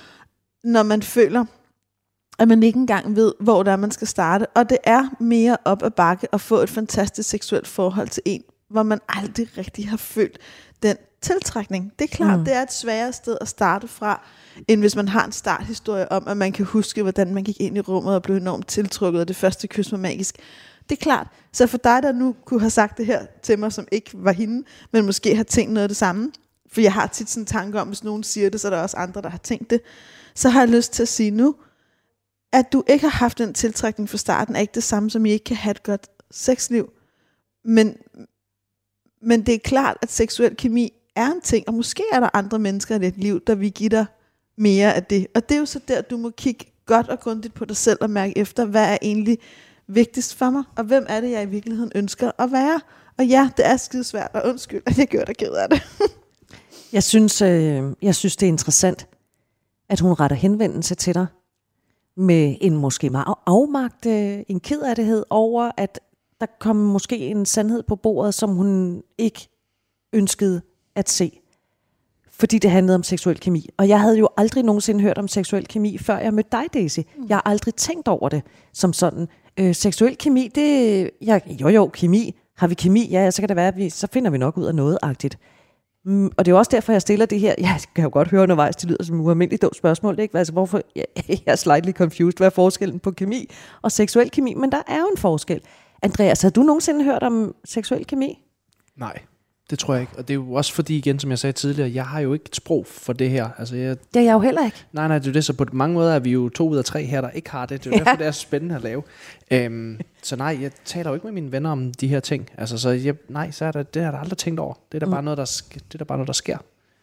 når man føler, at man ikke engang ved, hvor der er, man skal starte. Og det er mere op ad bakke at få et fantastisk seksuelt forhold til en, hvor man aldrig rigtig har følt den tiltrækning. Det er klart, mm. det er et sværere sted at starte fra, end hvis man har en starthistorie om, at man kan huske, hvordan man gik ind i rummet og blev enormt tiltrukket, og det første kys var magisk. Det er klart. Så for dig, der nu kunne have sagt det her til mig, som ikke var hende, men måske har tænkt noget af det samme, for jeg har tit sådan en tanke om, hvis nogen siger det, så er der også andre, der har tænkt det, så har jeg lyst til at sige nu, at du ikke har haft den tiltrækning fra starten, er ikke det samme, som I ikke kan have et godt sexliv. Men, men det er klart, at seksuel kemi er en ting, og måske er der andre mennesker i dit liv, der vil give dig mere af det. Og det er jo så der, du må kigge godt og grundigt på dig selv og mærke efter, hvad er egentlig vigtigst for mig, og hvem er det, jeg i virkeligheden ønsker at være. Og ja, det er skidesvært, og undskyld, at jeg gør dig ked af det. jeg, synes, øh, jeg synes, det er interessant, at hun retter henvendelse til dig, med en måske meget afmagt, en kedelighed over, at der kom måske en sandhed på bordet, som hun ikke ønskede at se. Fordi det handlede om seksuel kemi. Og jeg havde jo aldrig nogensinde hørt om seksuel kemi, før jeg mødte dig, Daisy. Jeg har aldrig tænkt over det som sådan. Øh, seksuel kemi, det... Ja, jo jo, kemi. Har vi kemi? Ja, så kan det være, at vi, så finder vi nok ud af noget-agtigt. Mm, og det er også derfor, jeg stiller det her. Jeg kan jo godt høre undervejs, det lyder som et ualmindeligt dumt spørgsmål. Ikke? Altså, hvorfor? Jeg, jeg er slightly confused. Hvad er forskellen på kemi og seksuel kemi? Men der er jo en forskel. Andreas, har du nogensinde hørt om seksuel kemi? Nej, det tror jeg ikke. Og det er jo også fordi, igen, som jeg sagde tidligere, jeg har jo ikke et sprog for det her. Altså, jeg... Det er jeg jo heller ikke. Nej, nej, det er det. Så på mange måder er vi jo to ud af tre her, der ikke har det. Det er jo ja. derfor, det er spændende at lave. Øhm, så nej, jeg taler jo ikke med mine venner om de her ting. Altså, så jeg, nej, så er der, det har jeg aldrig tænkt over. Det er der mm. bare noget, der, sk- det er der bare noget, der sker.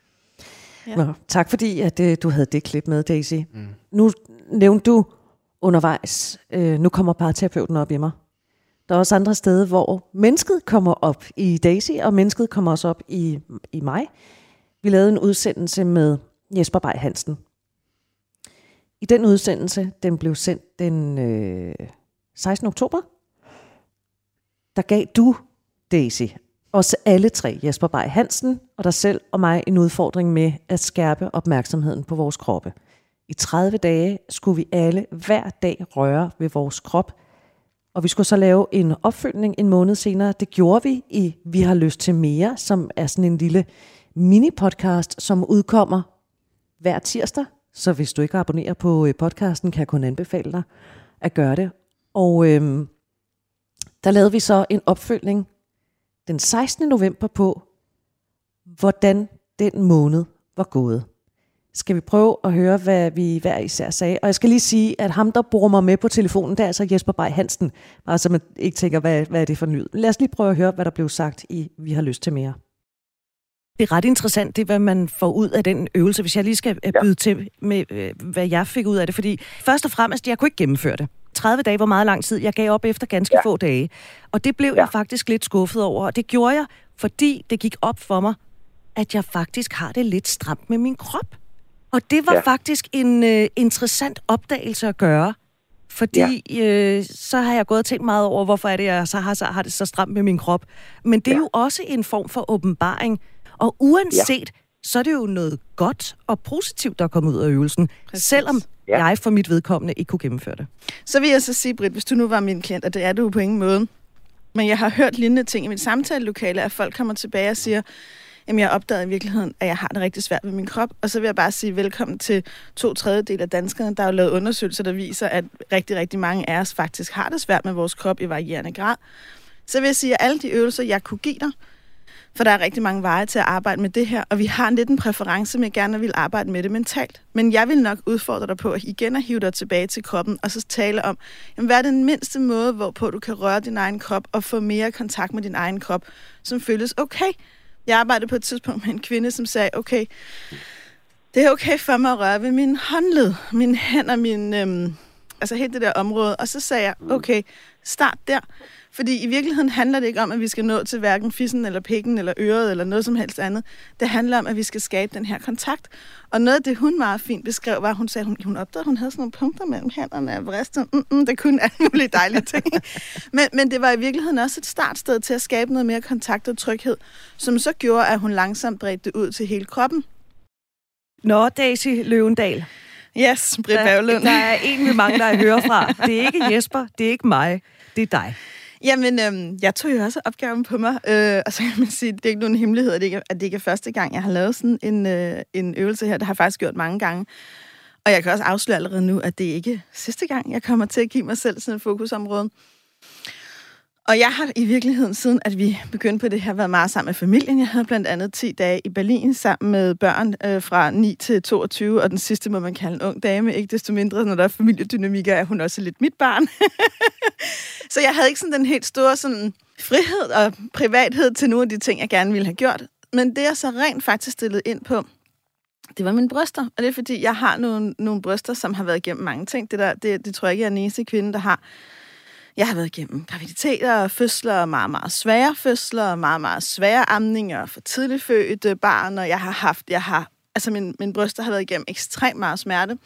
Ja. Nå, tak fordi, at uh, du havde det klip med, Daisy. Mm. Nu nævnte du undervejs, øh, nu kommer parterapeuten op i mig. Der er også andre steder, hvor mennesket kommer op i Daisy, og mennesket kommer også op i, i mig. Vi lavede en udsendelse med Jesper Bay Hansen. I den udsendelse, den blev sendt den øh, sekstende oktober, der gav du, Daisy, os alle tre, Jesper Bay Hansen og dig selv og mig, en udfordring med at skærpe opmærksomheden på vores kroppe. I tredive dage skulle vi alle hver dag røre ved vores krop, og vi skulle så lave en opfølgning en måned senere. Det gjorde vi i Vi har lyst til mere, som er sådan en lille mini-podcast, som udkommer hver tirsdag. Så hvis du ikke abonnerer på podcasten, kan jeg kun anbefale dig at gøre det. Og øhm, der lavede vi så en opfølgning den sekstende november på, hvordan den måned var gået. Skal vi prøve at høre, hvad vi hver især sagde. Og jeg skal lige sige, at ham, der bruger mig med på telefonen, det er altså Jesper Bay Hansen. Bare så man ikke tænker, hvad, hvad er det for en lyd. Lad os lige prøve at høre, hvad der blev sagt i Vi har lyst til mere. Det er ret interessant, det hvad man får ud af den øvelse, hvis jeg lige skal byde til med, hvad jeg fik ud af det. Fordi først og fremmest, jeg kunne ikke gennemføre det. tredive dage var meget lang tid. Jeg gav op efter ganske ja. få dage. Og det blev ja. jeg faktisk lidt skuffet over. Og det gjorde jeg, fordi det gik op for mig, at jeg faktisk har det lidt stramt med min krop. Og det var ja. faktisk en uh, interessant opdagelse at gøre, fordi ja. øh, så har jeg gået og tænkt meget over, hvorfor er det, jeg så har, så har det så stramt med min krop. Men det er ja. jo også en form for åbenbaring, og uanset, ja. så er det jo noget godt og positivt, der er kommet ud af øvelsen, Præcis. selvom ja. jeg for mit vedkommende ikke kunne gennemføre det. Så vil jeg så sige, Britt, hvis du nu var min klient, og det er du på ingen måde, men jeg har hørt lignende ting i mit samtalelokale, at folk kommer tilbage og siger, jamen jeg opdagede i virkeligheden, at jeg har det rigtig svært med min krop. Og så vil jeg bare sige velkommen til to tredjedel af danskerne. Der er jo lavet undersøgelser, der viser, at rigtig, rigtig mange af os faktisk har det svært med vores krop i varierende grad. så vil jeg sige, at alle de øvelser, jeg kunne give dig, for der er rigtig mange veje til at arbejde med det her, og vi har lidt en præference med, at jeg gerne vil arbejde med det mentalt. Men jeg vil nok udfordre dig på at igen at hive dig tilbage til kroppen, og så tale om, jamen, hvad er den mindste måde, hvorpå du kan røre din egen krop, og få mere kontakt med din egen krop, som føles okay. Jeg arbejdede på et tidspunkt med en kvinde, som sagde, okay, det er okay for mig at røre ved min håndled, mine hænder, min, øhm, altså helt det der område. Og så sagde jeg, okay, start der. Fordi i virkeligheden handler det ikke om, at vi skal nå til hverken fissen eller pikken eller øret eller noget som helst andet. Det handler om, at vi skal skabe den her kontakt. Og noget af det, hun meget fint beskrev, var, at hun sagde, hun, hun opdagede, at hun havde sådan nogle punkter mellem hænderne og bristet. Mm, mm, det kunne alle mulige dejlige ting. men, men det var i virkeligheden også et startsted til at skabe noget mere kontakt og tryghed, som så gjorde, at hun langsomt bredte det ud til hele kroppen. Nå, Daisy Løvendal. Yes, Britt Berglund. Der, der er en, vi mangler at høre fra. Det er ikke Jesper, det er ikke mig, det er dig. Jamen, øhm, jeg tog jo også opgaven på mig, øh, og så kan man sige, det er ikke nogen hemmelighed, at det ikke, at det ikke er første gang, jeg har lavet sådan en, øh, en øvelse her. Det har jeg faktisk gjort mange gange. Og jeg kan også afsløre allerede nu, at det ikke er sidste gang, jeg kommer til at give mig selv sådan et fokusområde. Og jeg har i virkeligheden, siden at vi begyndte på det her, været meget sammen med familien. Jeg havde blandt andet ti dage i Berlin sammen med børn øh, fra ni til toogtyve, og den sidste må man kalde en ung dame. Ikke desto mindre, når der er familiedynamikker, er hun også lidt mit barn. Så jeg havde ikke sådan den helt store sådan, frihed og privathed til nogle af de ting, jeg gerne ville have gjort. Men det, jeg så rent faktisk stillede ind på, det var mine bryster. Og det er, fordi jeg har nogle, nogle bryster, som har været igennem mange ting. Det, der, det, det tror jeg ikke, jeg er den eneste kvinde, der har. Jeg har været igennem graviditeter og fødsler, og meget, meget svære fødsler, og meget, meget svære amninger, for tidligt fødte barn, og jeg har haft, jeg har, altså min, mine bryster har været igennem ekstremt meget smerte.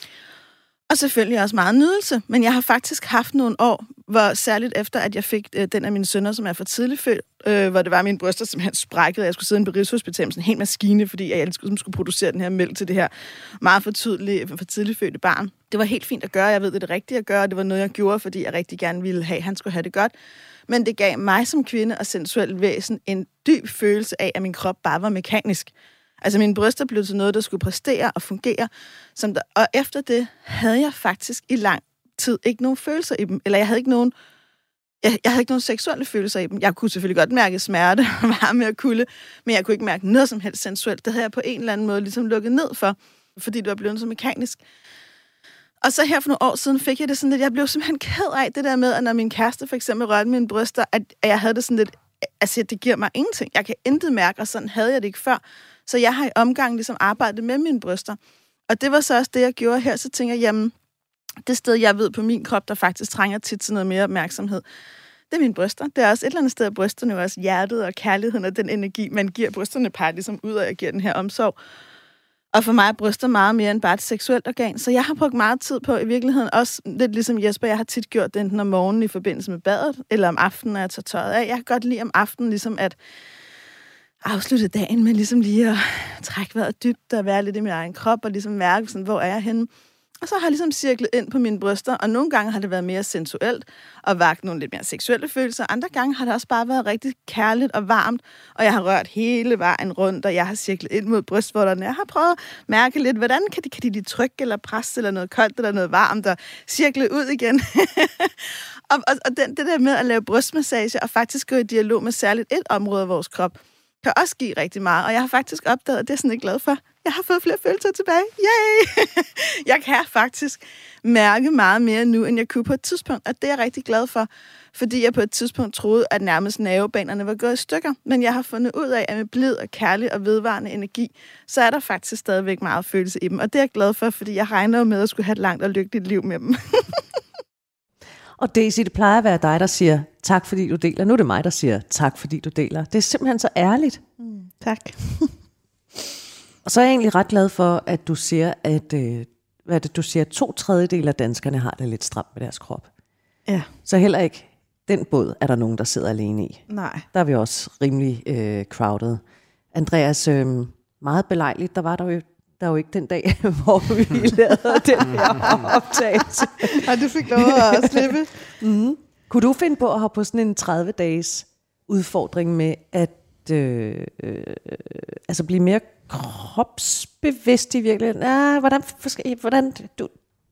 Og selvfølgelig også meget nydelse, men jeg har faktisk haft nogle år, hvor særligt efter, at jeg fik øh, den af mine sønner, som er for tidligt født, øh, hvor det var mine bryster simpelthen sprækkede, og jeg skulle sidde på Rigshospitalet med sådan en hel maskine, fordi jeg skulle, skulle producere den her mælk til det her meget for, tydelige, for tidligt fødte barn. Det var helt fint at gøre, jeg ved, det er det rigtige at gøre, og det var noget, jeg gjorde, fordi jeg rigtig gerne ville have, at han skulle have det godt. Men det gav mig som kvinde og sensuel væsen en dyb følelse af, at min krop bare var mekanisk. Altså mine bryster blev til noget, der skulle præstere og fungere. Som der, og efter det havde jeg faktisk i lang tid ikke nogen følelser i dem. Eller jeg havde ikke nogen, jeg, jeg havde ikke nogen seksuelle følelser i dem. Jeg kunne selvfølgelig godt mærke smerte og varme og kulde, men jeg kunne ikke mærke noget som helst sensuelt. Det havde jeg på en eller anden måde ligesom lukket ned for, fordi det var blevet så mekanisk. Og så her for nogle år siden fik jeg det sådan lidt, jeg blev simpelthen ked af det der med, at når min kæreste for eksempel rørte mine bryster, at, at jeg havde det sådan lidt, altså det giver mig ingenting. Jeg kan intet mærke, og sådan havde jeg det ikke før. Så jeg har i omgang ligesom arbejdet med mine bryster. Og det var så også det, jeg gjorde her. Så tænker jeg, jamen, det sted, jeg ved på min krop, der faktisk trænger tit til noget mere opmærksomhed, det er mine bryster. Det er også et eller andet sted af brysterne, også hjertet og kærligheden og den energi, man giver brysterne par ligesom ud af at give den her omsorg. Og for mig er bryster meget mere end bare et seksuelt organ. Så jeg har brugt meget tid på i virkeligheden, også lidt ligesom Jesper, jeg har tit gjort det enten om morgenen i forbindelse med badet, eller om aftenen, når jeg tager tøjet af. Jeg kan godt lide om aftenen ligesom at afslutte dagen med ligesom lige at trække vejret dybt og være lidt i min egen krop og ligesom mærke, sådan, hvor er jeg henne. Og så har jeg ligesom cirklet ind på mine bryster, og nogle gange har det været mere sensuelt og vagt nogle lidt mere seksuelle følelser. Andre gange har det også bare været rigtig kærligt og varmt, og jeg har rørt hele vejen rundt, og jeg har cirklet ind mod brystvorterne. Jeg har prøvet at mærke lidt, hvordan kan de, kan de lige trykke eller presse, eller noget koldt eller noget varmt, og cirkle ud igen. og og, og den, det der med at lave brystmassage og faktisk gå i dialog med særligt et område af vores krop, kan også give rigtig meget, og jeg har faktisk opdaget, at det er sådan ikke glad for. Jeg har fået flere følelser tilbage. Yay! Jeg kan faktisk mærke meget mere nu, end jeg kunne på et tidspunkt, og det er jeg rigtig glad for, fordi jeg på et tidspunkt troede, at nærmest nervebanerne var gået i stykker, men jeg har fundet ud af, at med blid og kærlig og vedvarende energi, så er der faktisk stadigvæk meget følelse i dem, og det er jeg glad for, fordi jeg regner med at skulle have et langt og lykkeligt liv med dem. Og Daisy, det plejer at være dig, der siger tak, fordi du deler. Nu er det mig, der siger tak, fordi du deler. Det er simpelthen så ærligt. Mm, tak. Og så er jeg egentlig ret glad for, at du siger, at øh, hvad det, du siger, at to tredjedel af danskerne har det lidt stramt med deres krop. Ja. Så heller ikke den båd er der nogen, der sidder alene i. Nej. Der er vi også rimelig øh, crowded. Andreas, øh, meget belejligt, der var der jo, der jo ikke den dag, hvor vi lavede den her optagelse. Og du fik lov at slippe. Mm. Kunne du finde på at have på sådan en tredive-dages udfordring med at øh, øh, altså blive mere kropsbevidst i virkeligheden? Ah, hvordan, hvordan du,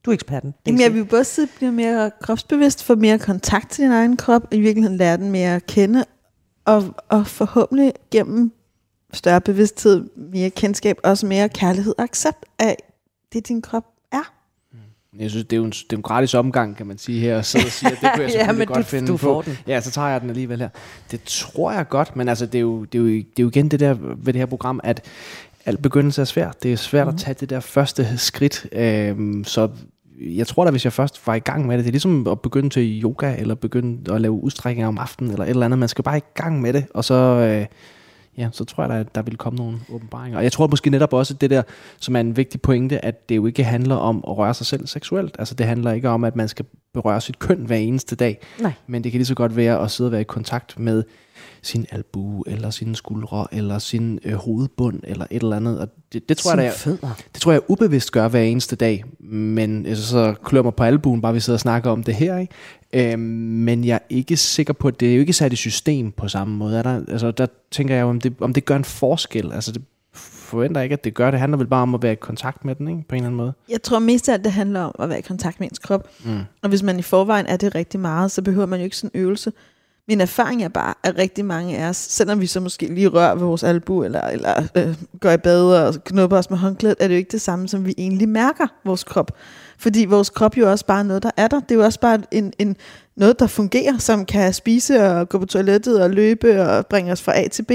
Du er eksperten. Jamen, jeg vil både sige, blive mere kropsbevidst, få mere kontakt til din egen krop, og i virkeligheden lære den mere at kende, og, og forhåbentlig gennem større bevidsthed, mere kendskab, også mere kærlighed og accept af det, din krop er. Jeg synes, det er jo en, det er en gratis omgang, kan man sige her, og sidde og sige, at det kunne jeg selvfølgelig ja, men godt du, finde du på. får den. Ja, så tager jeg den alligevel her. Det tror jeg godt, men altså, det er jo, det er jo, det er jo igen det der ved det her program, at al begyndelse er svært. Det er svært mm. at tage det der første skridt, øhm, så jeg tror da, hvis jeg først var i gang med det, det er ligesom at begynde til yoga, eller begynde at lave udstrækninger om aftenen, eller et eller andet. Man skal bare i gang med det, og så... Øh, Ja, så tror jeg, at der vil komme nogle åbenbaringer. Og jeg tror måske netop også, at det der, som er en vigtig pointe, at det jo ikke handler om at røre sig selv seksuelt. Altså det handler ikke om, at man skal berøre sit køn hver eneste dag. Nej. Men det kan lige så godt være at sidde og være i kontakt med sin albue, eller sine skuldre, eller sin øh, hovedbund, eller et eller andet. Og det, det, tror jeg, det, er, det tror jeg ubevidst gør hver eneste dag. Men altså, så klør mig på albuen, bare vi sidder og snakker om det her, ikke? Øhm, men jeg er ikke sikker på, at det er jo ikke sat i system på samme måde. Er der, altså, der tænker jeg, om det, om det gør en forskel. Altså det forventer ikke, at det gør. Det handler vel bare om at være i kontakt med den, ikke? På en eller anden måde. Jeg tror mest af alt, det handler om at være i kontakt med ens krop. Mm. Og hvis man i forvejen er det rigtig meget, så behøver man jo ikke sådan en øvelse. Min erfaring er bare, at rigtig mange af os, selvom vi så måske lige rører ved vores albu, eller, eller øh, går i bad og knupper os med håndklædet, er det jo ikke det samme, som vi egentlig mærker vores krop. Fordi vores krop jo også bare er noget, der er der. Det er jo også bare en, en, noget, der fungerer, som kan spise og gå på toilettet og løbe og bringe os fra A til B.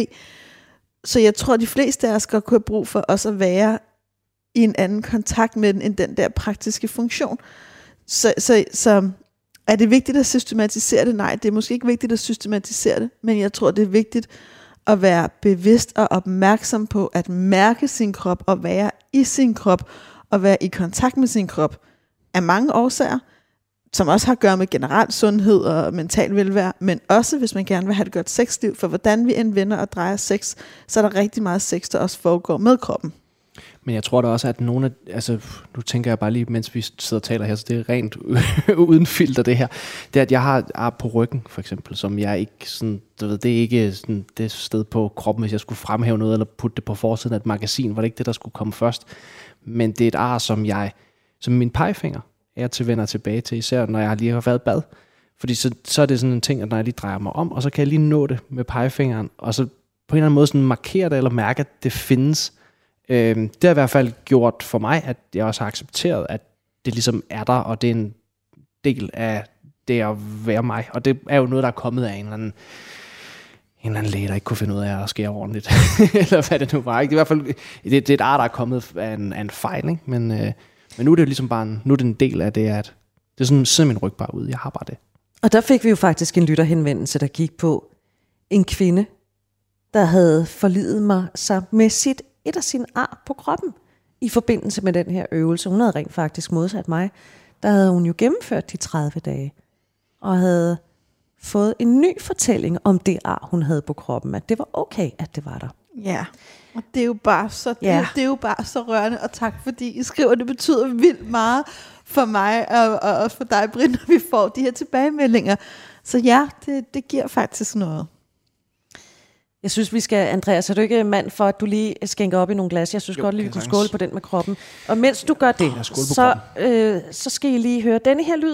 Så jeg tror, at de fleste af os skal kunne have brug for også at være i en anden kontakt med den, end den der praktiske funktion. Så, så, så er det vigtigt at systematisere det? Nej, det er måske ikke vigtigt at systematisere det, men jeg tror, det er vigtigt at være bevidst og opmærksom på at mærke sin krop og være i sin krop og være i kontakt med sin krop af mange årsager, som også har at gøre med generel sundhed og mental velvære, men også hvis man gerne vil have et godt sexliv, for hvordan vi end vender og drejer sex, så er der rigtig meget sex, der også foregår med kroppen. Men jeg tror da også, at nogle af, altså nu tænker jeg bare lige, mens vi sidder og taler her, så det er rent uden filter det her, det er, at jeg har ar på ryggen, for eksempel, som jeg ikke sådan, du ved, det er ikke sådan det sted på kroppen, hvis jeg skulle fremhæve noget, eller putte det på forsiden af et magasin, var det ikke det, der skulle komme først. Men det er et ar, som jeg, som min pegefinger, er til vender tilbage til, især når jeg lige har været i bad. Fordi så, så er det sådan en ting, at når jeg lige drejer mig om, og så kan jeg lige nå det med pegefingeren, og så på en eller anden måde sådan markere det, eller mærke, at det findes. Øhm, det har i hvert fald gjort for mig, at jeg også har accepteret, at det ligesom er der, og det er en del af det at være mig. Og det er jo noget, der er kommet af en eller anden, en eller anden læge, der ikke kunne finde ud af at skære ordentligt. Eller hvad det nu var. Ikke? Det er i hvert fald det, det er et ar, der er kommet af en, af en fejl. Ikke? Men, øh, men nu er det jo ligesom bare en, nu er det en del af det, at det er sådan, sidder min ryg bare ud. Jeg har bare det. Og der fik vi jo faktisk en lytterhenvendelse, der gik på en kvinde, der havde forlidet mig sig med sit et af sine ar på kroppen i forbindelse med den her øvelse. Hun havde rent faktisk modsat mig. Der havde hun jo gennemført de tredive dage og havde fået en ny fortælling om det ar, hun havde på kroppen, at det var okay, at det var der. Ja, og det er jo bare så, ja. det, det er jo bare så rørende, og tak fordi I skriver, det betyder vildt meget for mig, og, og også for dig, Britt, når vi får de her tilbagemeldinger. Så ja, det, det giver faktisk noget. Jeg synes, vi skal, Andreas, er du ikke mand for, at du lige skænker op i nogle glas? Jeg synes jo, godt lige, vi kunne skåle på den med kroppen. Og mens du gør det, så, øh, så skal I lige høre denne her lyd.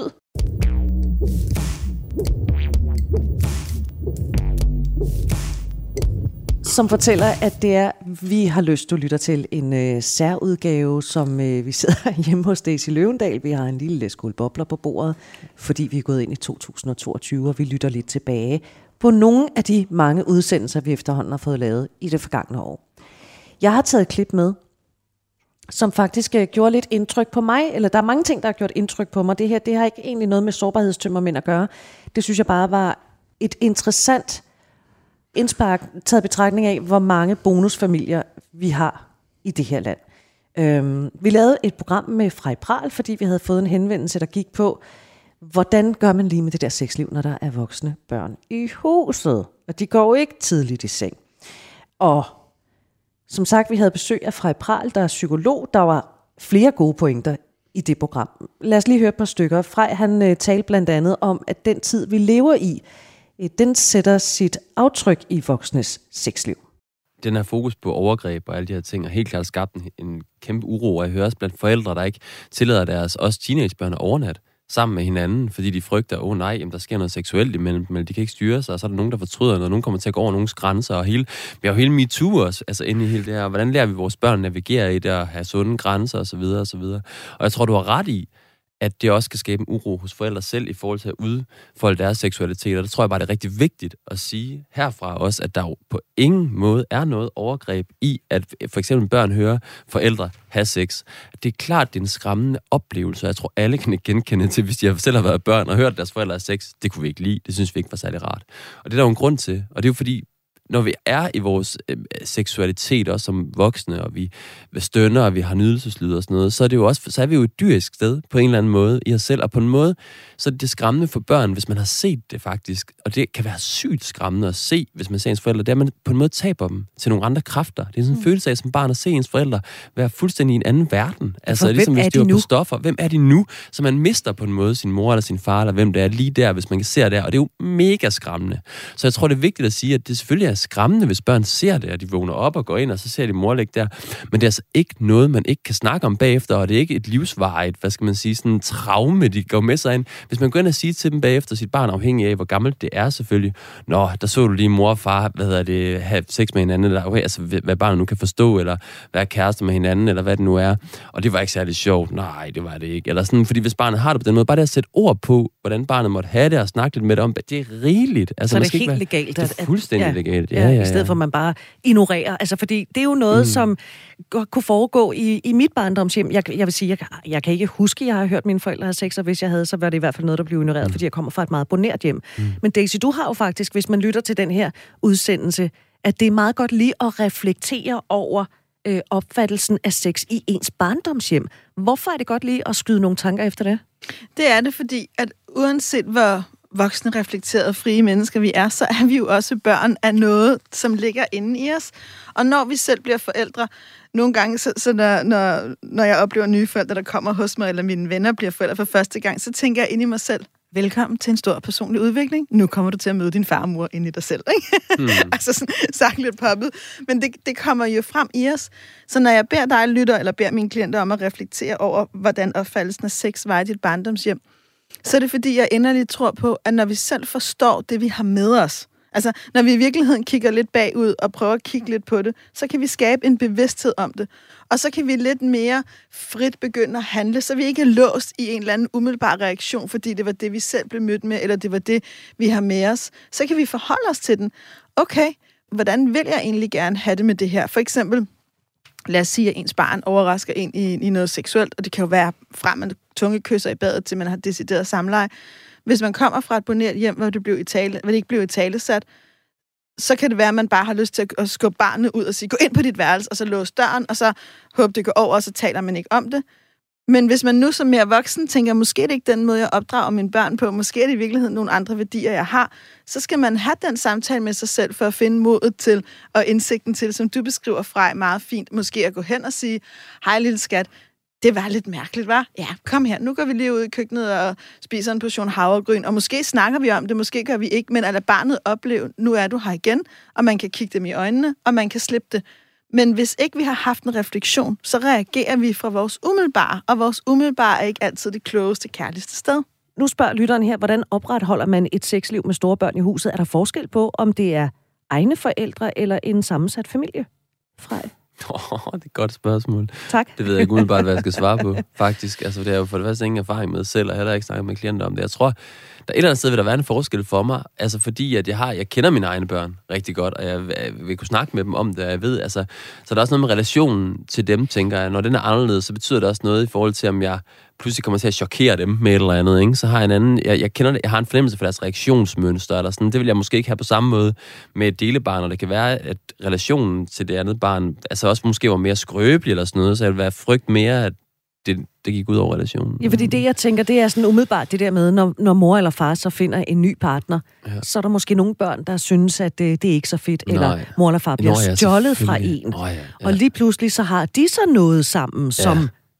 Som fortæller, at det er, vi har lyst, du lytter til en øh, særudgave, som øh, vi sidder hjemme hos Daisy Løvendal. Vi har en lille skål bobler på bordet, fordi vi er gået ind i to tusind og toogtyve, og vi lytter lidt tilbage på nogle af de mange udsendelser, vi efterhånden har fået lavet i det forgangne år. Jeg har taget et klip med, som faktisk uh, gjorde lidt indtryk på mig, eller der er mange ting, der har gjort indtryk på mig. Det her, det har ikke egentlig noget med sårbarhedstømmermænd at gøre. Det synes jeg bare var et interessant indspark, taget betragtning af, hvor mange bonusfamilier vi har i det her land. Øhm, vi lavede et program med Frej Pral, fordi vi havde fået en henvendelse, der gik på, hvordan gør man lige med det der sexliv, når der er voksne børn i huset? Og de går jo ikke tidligt i seng. Og som sagt, vi havde besøg af Frej Pral, der er psykolog. Der var flere gode pointer i det program. Lad os lige høre et par stykker. Frej, han uh, talte blandt andet om, at den tid, vi lever i, uh, den sætter sit aftryk i voksnes sexliv. den her fokus på overgreb og alle de her ting, har helt klart skabt en, en kæmpe uro, og jeg hører også blandt forældre, der ikke tillader deres også teenagebørn at overnatte sammen med hinanden, fordi de frygter, åh oh, nej, jamen, der sker noget seksuelt imellem, men de kan ikke styre sig, og så er der nogen, der fortryder noget, nogen kommer til at gå over nogens grænser, og hele, vi har jo hele MeToo også, altså inde i hele det her, hvordan lærer vi vores børn at navigere i det, og have sunde grænser, og så videre, og så videre. Og jeg tror, du har ret i, at det også kan skabe en uro hos forældre selv i forhold til at udfolde deres seksualitet. Og det tror jeg bare, det er rigtig vigtigt at sige herfra også, at der jo på ingen måde er noget overgreb i, at for eksempel børn hører forældre have sex. Det er klart, det er en skræmmende oplevelse, og jeg tror, alle kan genkende til, hvis de selv har været børn og hørt, at deres forældre har sex. Det kunne vi ikke lide. Det synes vi ikke var særlig rart. Og det er der jo en grund til. Og det er jo fordi, når vi er i vores øh, seksualitet, også som voksne, og vi stønner, og vi har nydelseslyd og sådan noget, så er det jo også, så er vi jo et dyrisk sted på en eller anden måde i os selv, og på en måde, så er det skræmmende for børn, hvis man har set det faktisk, og det kan være sygt skræmmende at se, hvis man ser ens forældre, det er, at man på en måde taber dem til nogle andre kræfter. Det er sådan en mm. følelse af, som barn at se ens forældre være fuldstændig i en anden verden. Altså, hvem ligesom, er hvis de de var nu? på stoffer. Hvem er de nu? Så man mister på en måde sin mor eller sin far, eller hvem det er lige der, hvis man kan se der, og det er jo mega skræmmende. Så jeg tror, det er vigtigt at sige, at det selvfølgelig er skræmmende, hvis børn ser det, og de vågner op og går ind, og så ser de mor ligge der. Men det er altså ikke noget, man ikke kan snakke om bagefter, og det er ikke et livsvarigt, hvad skal man sige, sådan en traume, de går med sig ind. Hvis man går ind og siger til dem bagefter, sit barn afhængig af, hvor gammelt det er selvfølgelig, nå, der så du lige mor og far, hvad hedder det, have sex med hinanden, eller okay, altså, hvad barnet nu kan forstå, eller være kæreste med hinanden, eller hvad det nu er. Og det var ikke særlig sjovt. Nej, det var det ikke. Eller sådan, fordi hvis barnet har det på den måde, bare det at sætte ord på, hvordan barnet måtte have det, og snakke lidt med det om, det er rigeligt. Altså, så er det helt være, legalt. Det er fuldstændig ja, legalt. Ja, ja, ja, ja. I stedet for, man bare ignorerer. Altså, fordi det er jo noget, mm. som godt kunne foregå i, i mit barndomshjem. Jeg, jeg vil sige, jeg, jeg kan ikke huske, at jeg har hørt mine forældre have sex, og hvis jeg havde, så var det i hvert fald noget, der blev ignoreret, mm. fordi jeg kommer fra et meget bonært hjem. Mm. Men Daisy, du har jo faktisk, hvis man lytter til den her udsendelse, at det er meget godt lige at reflektere over øh, opfattelsen af sex i ens barndomshjem. Hvorfor er det godt lige at skyde nogle tanker efter det? Det er det, fordi at uanset hvor voksne, reflekterede, frie mennesker vi er, så er vi jo også børn af noget, som ligger inde i os. Og når vi selv bliver forældre, nogle gange, så, så når, når, når jeg oplever nye forældre, der kommer hos mig, eller mine venner bliver forældre for første gang, så tænker jeg ind i mig selv, velkommen til en stor personlig udvikling. Nu kommer du til at møde din far og mor inde i dig selv, ikke? Mm. altså sådan, sagt lidt poppet. Men det, det kommer jo frem i os. Så når jeg beder dig, lytter, eller beder mine klienter om at reflektere over, hvordan opfattelsen af sex var i dit barndomshjem, så er det fordi, jeg inderligt tror på, at når vi selv forstår det, vi har med os, altså når vi i virkeligheden kigger lidt bagud og prøver at kigge lidt på det, så kan vi skabe en bevidsthed om det. Og så kan vi lidt mere frit begynde at handle, så vi ikke er låst i en eller anden umiddelbar reaktion, fordi det var det, vi selv blev mødt med, eller det var det, vi har med os. Så kan vi forholde os til den. Okay, hvordan vil jeg egentlig gerne have det med det her? For eksempel, lad os sige, at ens barn overrasker en i, i noget seksuelt, og det kan jo være fra, man tunge kysser i badet, til man har decideret samleje. Hvis man kommer fra et bonært hjem, hvor det, blev i tale, hvor det ikke blev i talesat, så kan det være, at man bare har lyst til at skubbe barnet ud og sige, gå ind på dit værelse, og så låse døren, og så håbe det går over, og så taler man ikke om det. Men hvis man nu som mere voksen tænker, måske er det ikke den måde, jeg opdrager mine børn på, måske er det i virkeligheden nogle andre værdier, jeg har, så skal man have den samtale med sig selv for at finde modet til og indsigten til, som du beskriver, Frej, meget fint, måske at gå hen og sige, hej lille skat, det var lidt mærkeligt, hva'? Ja, kom her, nu går vi lige ud i køkkenet og spiser en portion havregryn, og måske snakker vi om det, måske gør vi ikke, men at lade barnet opleve, nu er du her igen, og man kan kigge dem i øjnene, og man kan slippe det. Men hvis ikke vi har haft en refleksion, så reagerer vi fra vores umiddelbare, og vores umiddelbare er ikke altid det klogeste, kærligste sted. Nu spørger lytteren her, hvordan opretholder man et sexliv med store børn i huset? Er der forskel på, om det er egne forældre eller en sammensat familie? Frej? Oh, det er et godt spørgsmål. Tak. Det ved jeg ikke umiddelbart, hvad jeg skal svare på, faktisk. Altså, det er jo for det første ingen erfaring med selv, og heller ikke snakket med klienter om det. Jeg tror, der et eller andet sted vil der være en forskel for mig, altså fordi, at jeg har, jeg kender mine egne børn rigtig godt, og jeg, jeg vil kunne snakke med dem om det, og jeg ved, altså, så der er også noget med relationen til dem, tænker jeg. Når den er anderledes, så betyder det også noget i forhold til, om jeg pludselig kommer til at chokere dem med et eller andet, ikke? Så har jeg en anden, jeg, jeg kender det, jeg har en fornemmelse for deres reaktionsmønster, eller sådan, det vil jeg måske ikke have på samme måde med et delebarn, og det kan være, at relationen til det andet barn, altså også måske var mere skrøbelig eller sådan noget, så jeg vil være frygt mere, at det, det gik ud over relationen. Ja, fordi det, jeg tænker, det er sådan umiddelbart det der med, når, når mor eller far så finder en ny partner, ja. Så er der måske nogle børn, der synes, at det, det er ikke så fedt, Nej. Eller mor eller far bliver Nå, ja, stjålet fra en. Oh, ja, ja. Og lige pludselig så har de så noget sammen, som... Ja.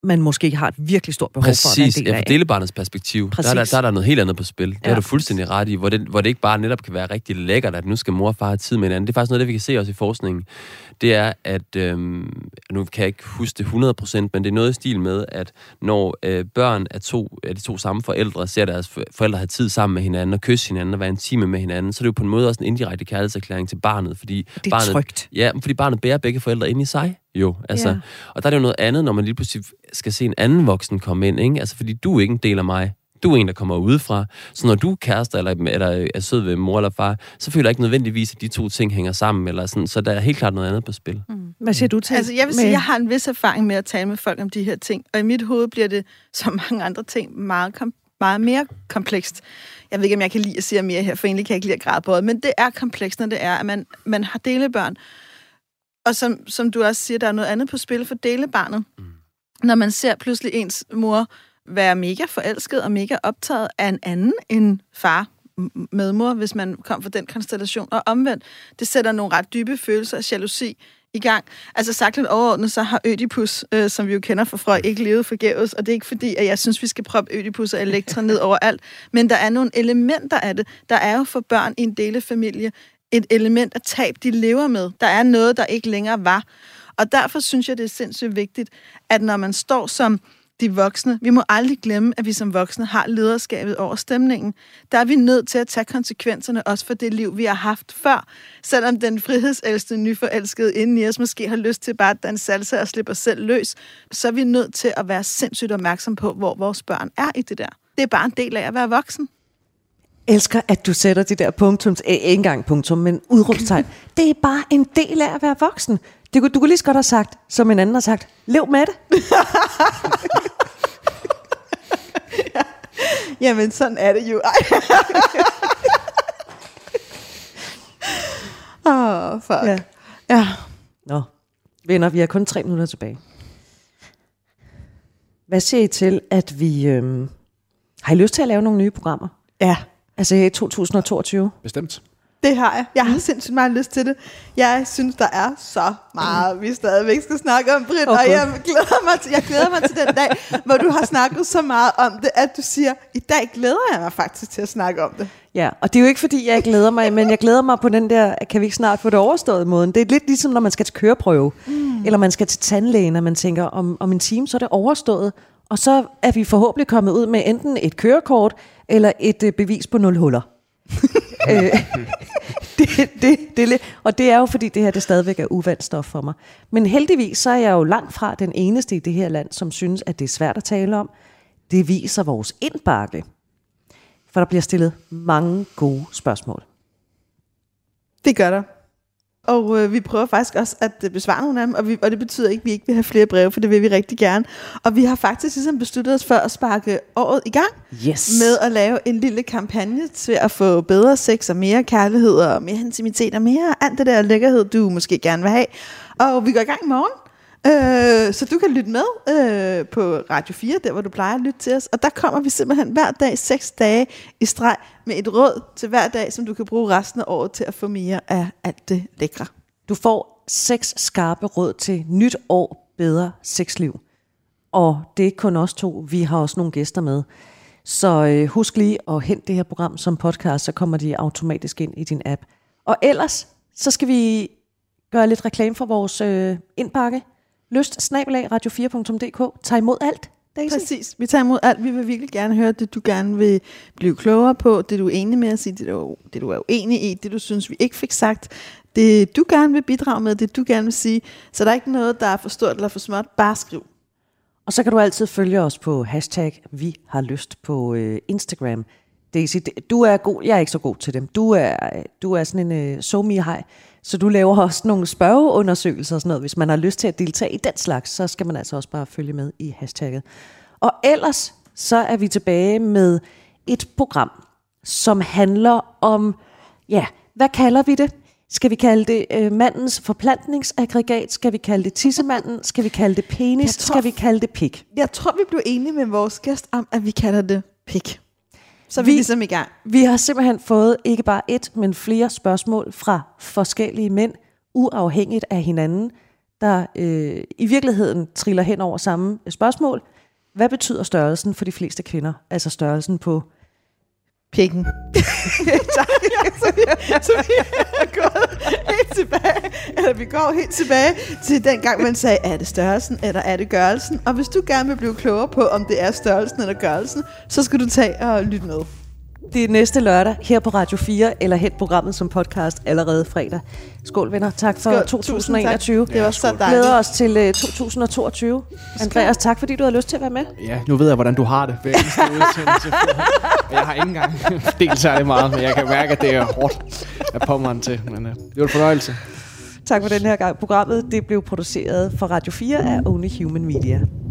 man måske har et virkelig stort behov Præcis, for at være en del ja, af. fra delebarnets perspektiv, der er, der, der er der noget helt andet på spil. Det Ja. har du fuldstændig ret i, hvor det, hvor det ikke bare netop kan være rigtig lækkert, at nu skal mor og far have tid med hinanden. Det er faktisk noget, det vi kan se også i forskningen. Det er, at, øhm, nu kan jeg ikke huske det hundrede procent, men det er noget i stil med, at når øh, børn af, to, af de to samme forældre ser deres forældre have tid sammen med hinanden, og kysse hinanden, og være intime med hinanden, så er det jo på en måde også en indirekte kærlighedserklæring til barnet, fordi Det er barnet, trygt. Ja, fordi barnet bærer begge forældre ind i sig. Jo, altså, Ja. og der er det jo noget andet, når man lige pludselig skal se en anden voksen komme ind, ikke? Altså, fordi du er ikke en del af mig. Du er en, der kommer udefra. Så når du er kærester, eller, eller er sød ved mor eller far, så føler jeg ikke nødvendigvis, at de to ting hænger sammen, eller sådan. Så der er helt klart noget andet på spil. Mm. Hvad siger du til? Altså, jeg vil sige, at jeg har en vis erfaring med at tale med folk om de her ting, og i mit hoved bliver det, som mange andre ting, meget, kom- meget mere komplekst. Jeg ved ikke, om jeg kan lide at sige mere her, for egentlig kan jeg ikke lide at græde på det, men det er komplekst, når det er, at man, man har delebørn. Og som, som du også siger, der er noget andet på spil for delebarnet. Mm. Når man ser pludselig ens mor være mega forelsket og mega optaget af en anden end far, medmor, hvis man kom fra den konstellation. Og omvendt, det sætter nogle ret dybe følelser af jalousi i gang. Altså sagt lidt overordnet, så har Ødipus, øh, som vi jo kender fra Freud, ikke levet forgæves, og det er ikke fordi, at jeg synes, vi skal proppe Ødipus og Elektra ned overalt, men der er nogle elementer af det. Der er jo for børn i en delefamilie et element af tab, de lever med. Der er noget, der ikke længere var. Og derfor synes jeg, det er sindssygt vigtigt, at når man står som de voksne, vi må aldrig glemme, at vi som voksne har lederskabet over stemningen. Der er vi nødt til at tage konsekvenserne også for det liv, vi har haft før. Selvom den frihedselskede nyforelskede inden i os måske har lyst til bare at danse salsa og slippe os selv løs, så er vi nødt til at være sindssygt opmærksom på, hvor vores børn er i det der. Det er bare en del af at være voksen. Elsker, at du sætter de der punktums, eh, ikke engang punktum, men udråbstegn. Det er bare en del af at være voksen. Det, du kunne lige så godt have sagt, som en anden har sagt, lev med det. ja. Jamen, sådan er det jo. Åh, oh, fuck. Ja. ja. Nå, venner, vi har kun tre minutter tilbage. Hvad siger I til, at vi... Øhm, har I lyst til at lave nogle nye programmer? Ja. Altså i to tusind og toogtyve? Bestemt. Det har jeg. Jeg har sindssygt meget lyst til det. Jeg synes, der er så meget, vi stadigvæk skal snakke om, Britt. Okay. Og jeg glæder, mig til, jeg glæder mig til den dag, hvor du har snakket så meget om det, at du siger, i dag glæder jeg mig faktisk til at snakke om det. Ja, og det er jo ikke, fordi jeg glæder mig, men jeg glæder mig på den der, kan vi ikke snart få det overstået måden. Det er lidt ligesom, når man skal til køreprøve, mm. eller man skal til tandlægen, og man tænker, om, om en time, så er det overstået. Og så er vi forhåbentlig kommet ud med enten et kørekort, eller et øh, bevis på nul huller. det, det, det, og det er jo fordi det her det stadigvæk er uvandt stof for mig. Men heldigvis så er jeg jo langt fra den eneste i det her land, som synes, at det er svært at tale om. Det viser vores indbakke. For der bliver stillet mange gode spørgsmål. Det gør der. Og øh, vi prøver faktisk også at øh, besvare nogle af dem, og, vi, og det betyder ikke, at vi ikke vil have flere breve, for det vil vi rigtig gerne. Og vi har faktisk ligesom besluttet os for at sparke året i gang yes. med at lave en lille kampagne til at få bedre sex og mere kærlighed og mere intimitet og mere alt det der lækkerhed, du måske gerne vil have. Og vi går i gang i morgen. Øh, så du kan lytte med øh, på Radio fire, der hvor du plejer at lytte til os. Og der kommer vi simpelthen hver dag, seks dage i streg, med et råd til hver dag, som du kan bruge resten af året til at få mere af alt det lækre. Du får seks skarpe råd til nyt år, bedre sexliv. Og det er ikke kun os to, vi har også nogle gæster med. Så øh, husk lige at hente det her program som podcast, så kommer de automatisk ind i din app. Og ellers, så skal vi gøre lidt reklame for vores øh, indpakke. Lyst snabel-a radio fire punktum d k. Tag imod alt, Daisy. Præcis. Vi tager imod alt. Vi vil virkelig gerne høre det, du gerne vil blive klogere på, det du er enig med at sige, det du, det du er uenig i, det du synes, vi ikke fik sagt, det du gerne vil bidrage med, det du gerne vil sige. Så der er ikke noget, der er for stort eller for småt. Bare skriv. Og så kan du altid følge os på hashtag vi har lyst på øh, Instagram. Daisy, du er god, jeg er ikke så god til dem. Du er, du er sådan en uh, SoMe-hej, så du laver også nogle spørgeundersøgelser og sådan noget. Hvis man har lyst til at deltage i den slags, så skal man altså også bare følge med i hashtagget. Og ellers så er vi tilbage med et program, som handler om, ja, hvad kalder vi det? Skal vi kalde det øh, mandens forplantningsaggregat? Skal vi kalde det tissemanden? Skal vi kalde det penis? Tror, skal vi kalde det pik? Jeg tror, vi blev enige med vores gæst om, at vi kalder det pik. Så er vi, vi ligesom i gang. Vi har simpelthen fået ikke bare et, men flere spørgsmål fra forskellige mænd, uafhængigt af hinanden, der øh, i virkeligheden triller hen over samme spørgsmål. Hvad betyder størrelsen for de fleste kvinder? Altså størrelsen på pikken. Tak. Så vi, så vi er gået helt tilbage, eller vi går helt tilbage til den gang, man sagde, er det størrelsen, eller er det gørelsen? Og hvis du gerne vil blive klogere på, om det er størrelsen eller gørelsen, så skal du tage og lytte med. Det er næste lørdag her på Radio fire, eller hent programmet som podcast allerede fredag. Skål, venner. Tak for Skål. to tusind enogtyve. Tak. Det var så dejligt. Glæder os til uh, to tusind toogtyve. Andreas, tak fordi du havde lyst til at være med. Ja, nu ved jeg, hvordan du har det ved eneste udsendelse. Jeg har ikke engang delt særlig meget, men jeg kan mærke, at det er hårdt at påmande til. Men uh, det var en fornøjelse. Tak for den her gang. Programmet det blev produceret for Radio fire af Only Human Media.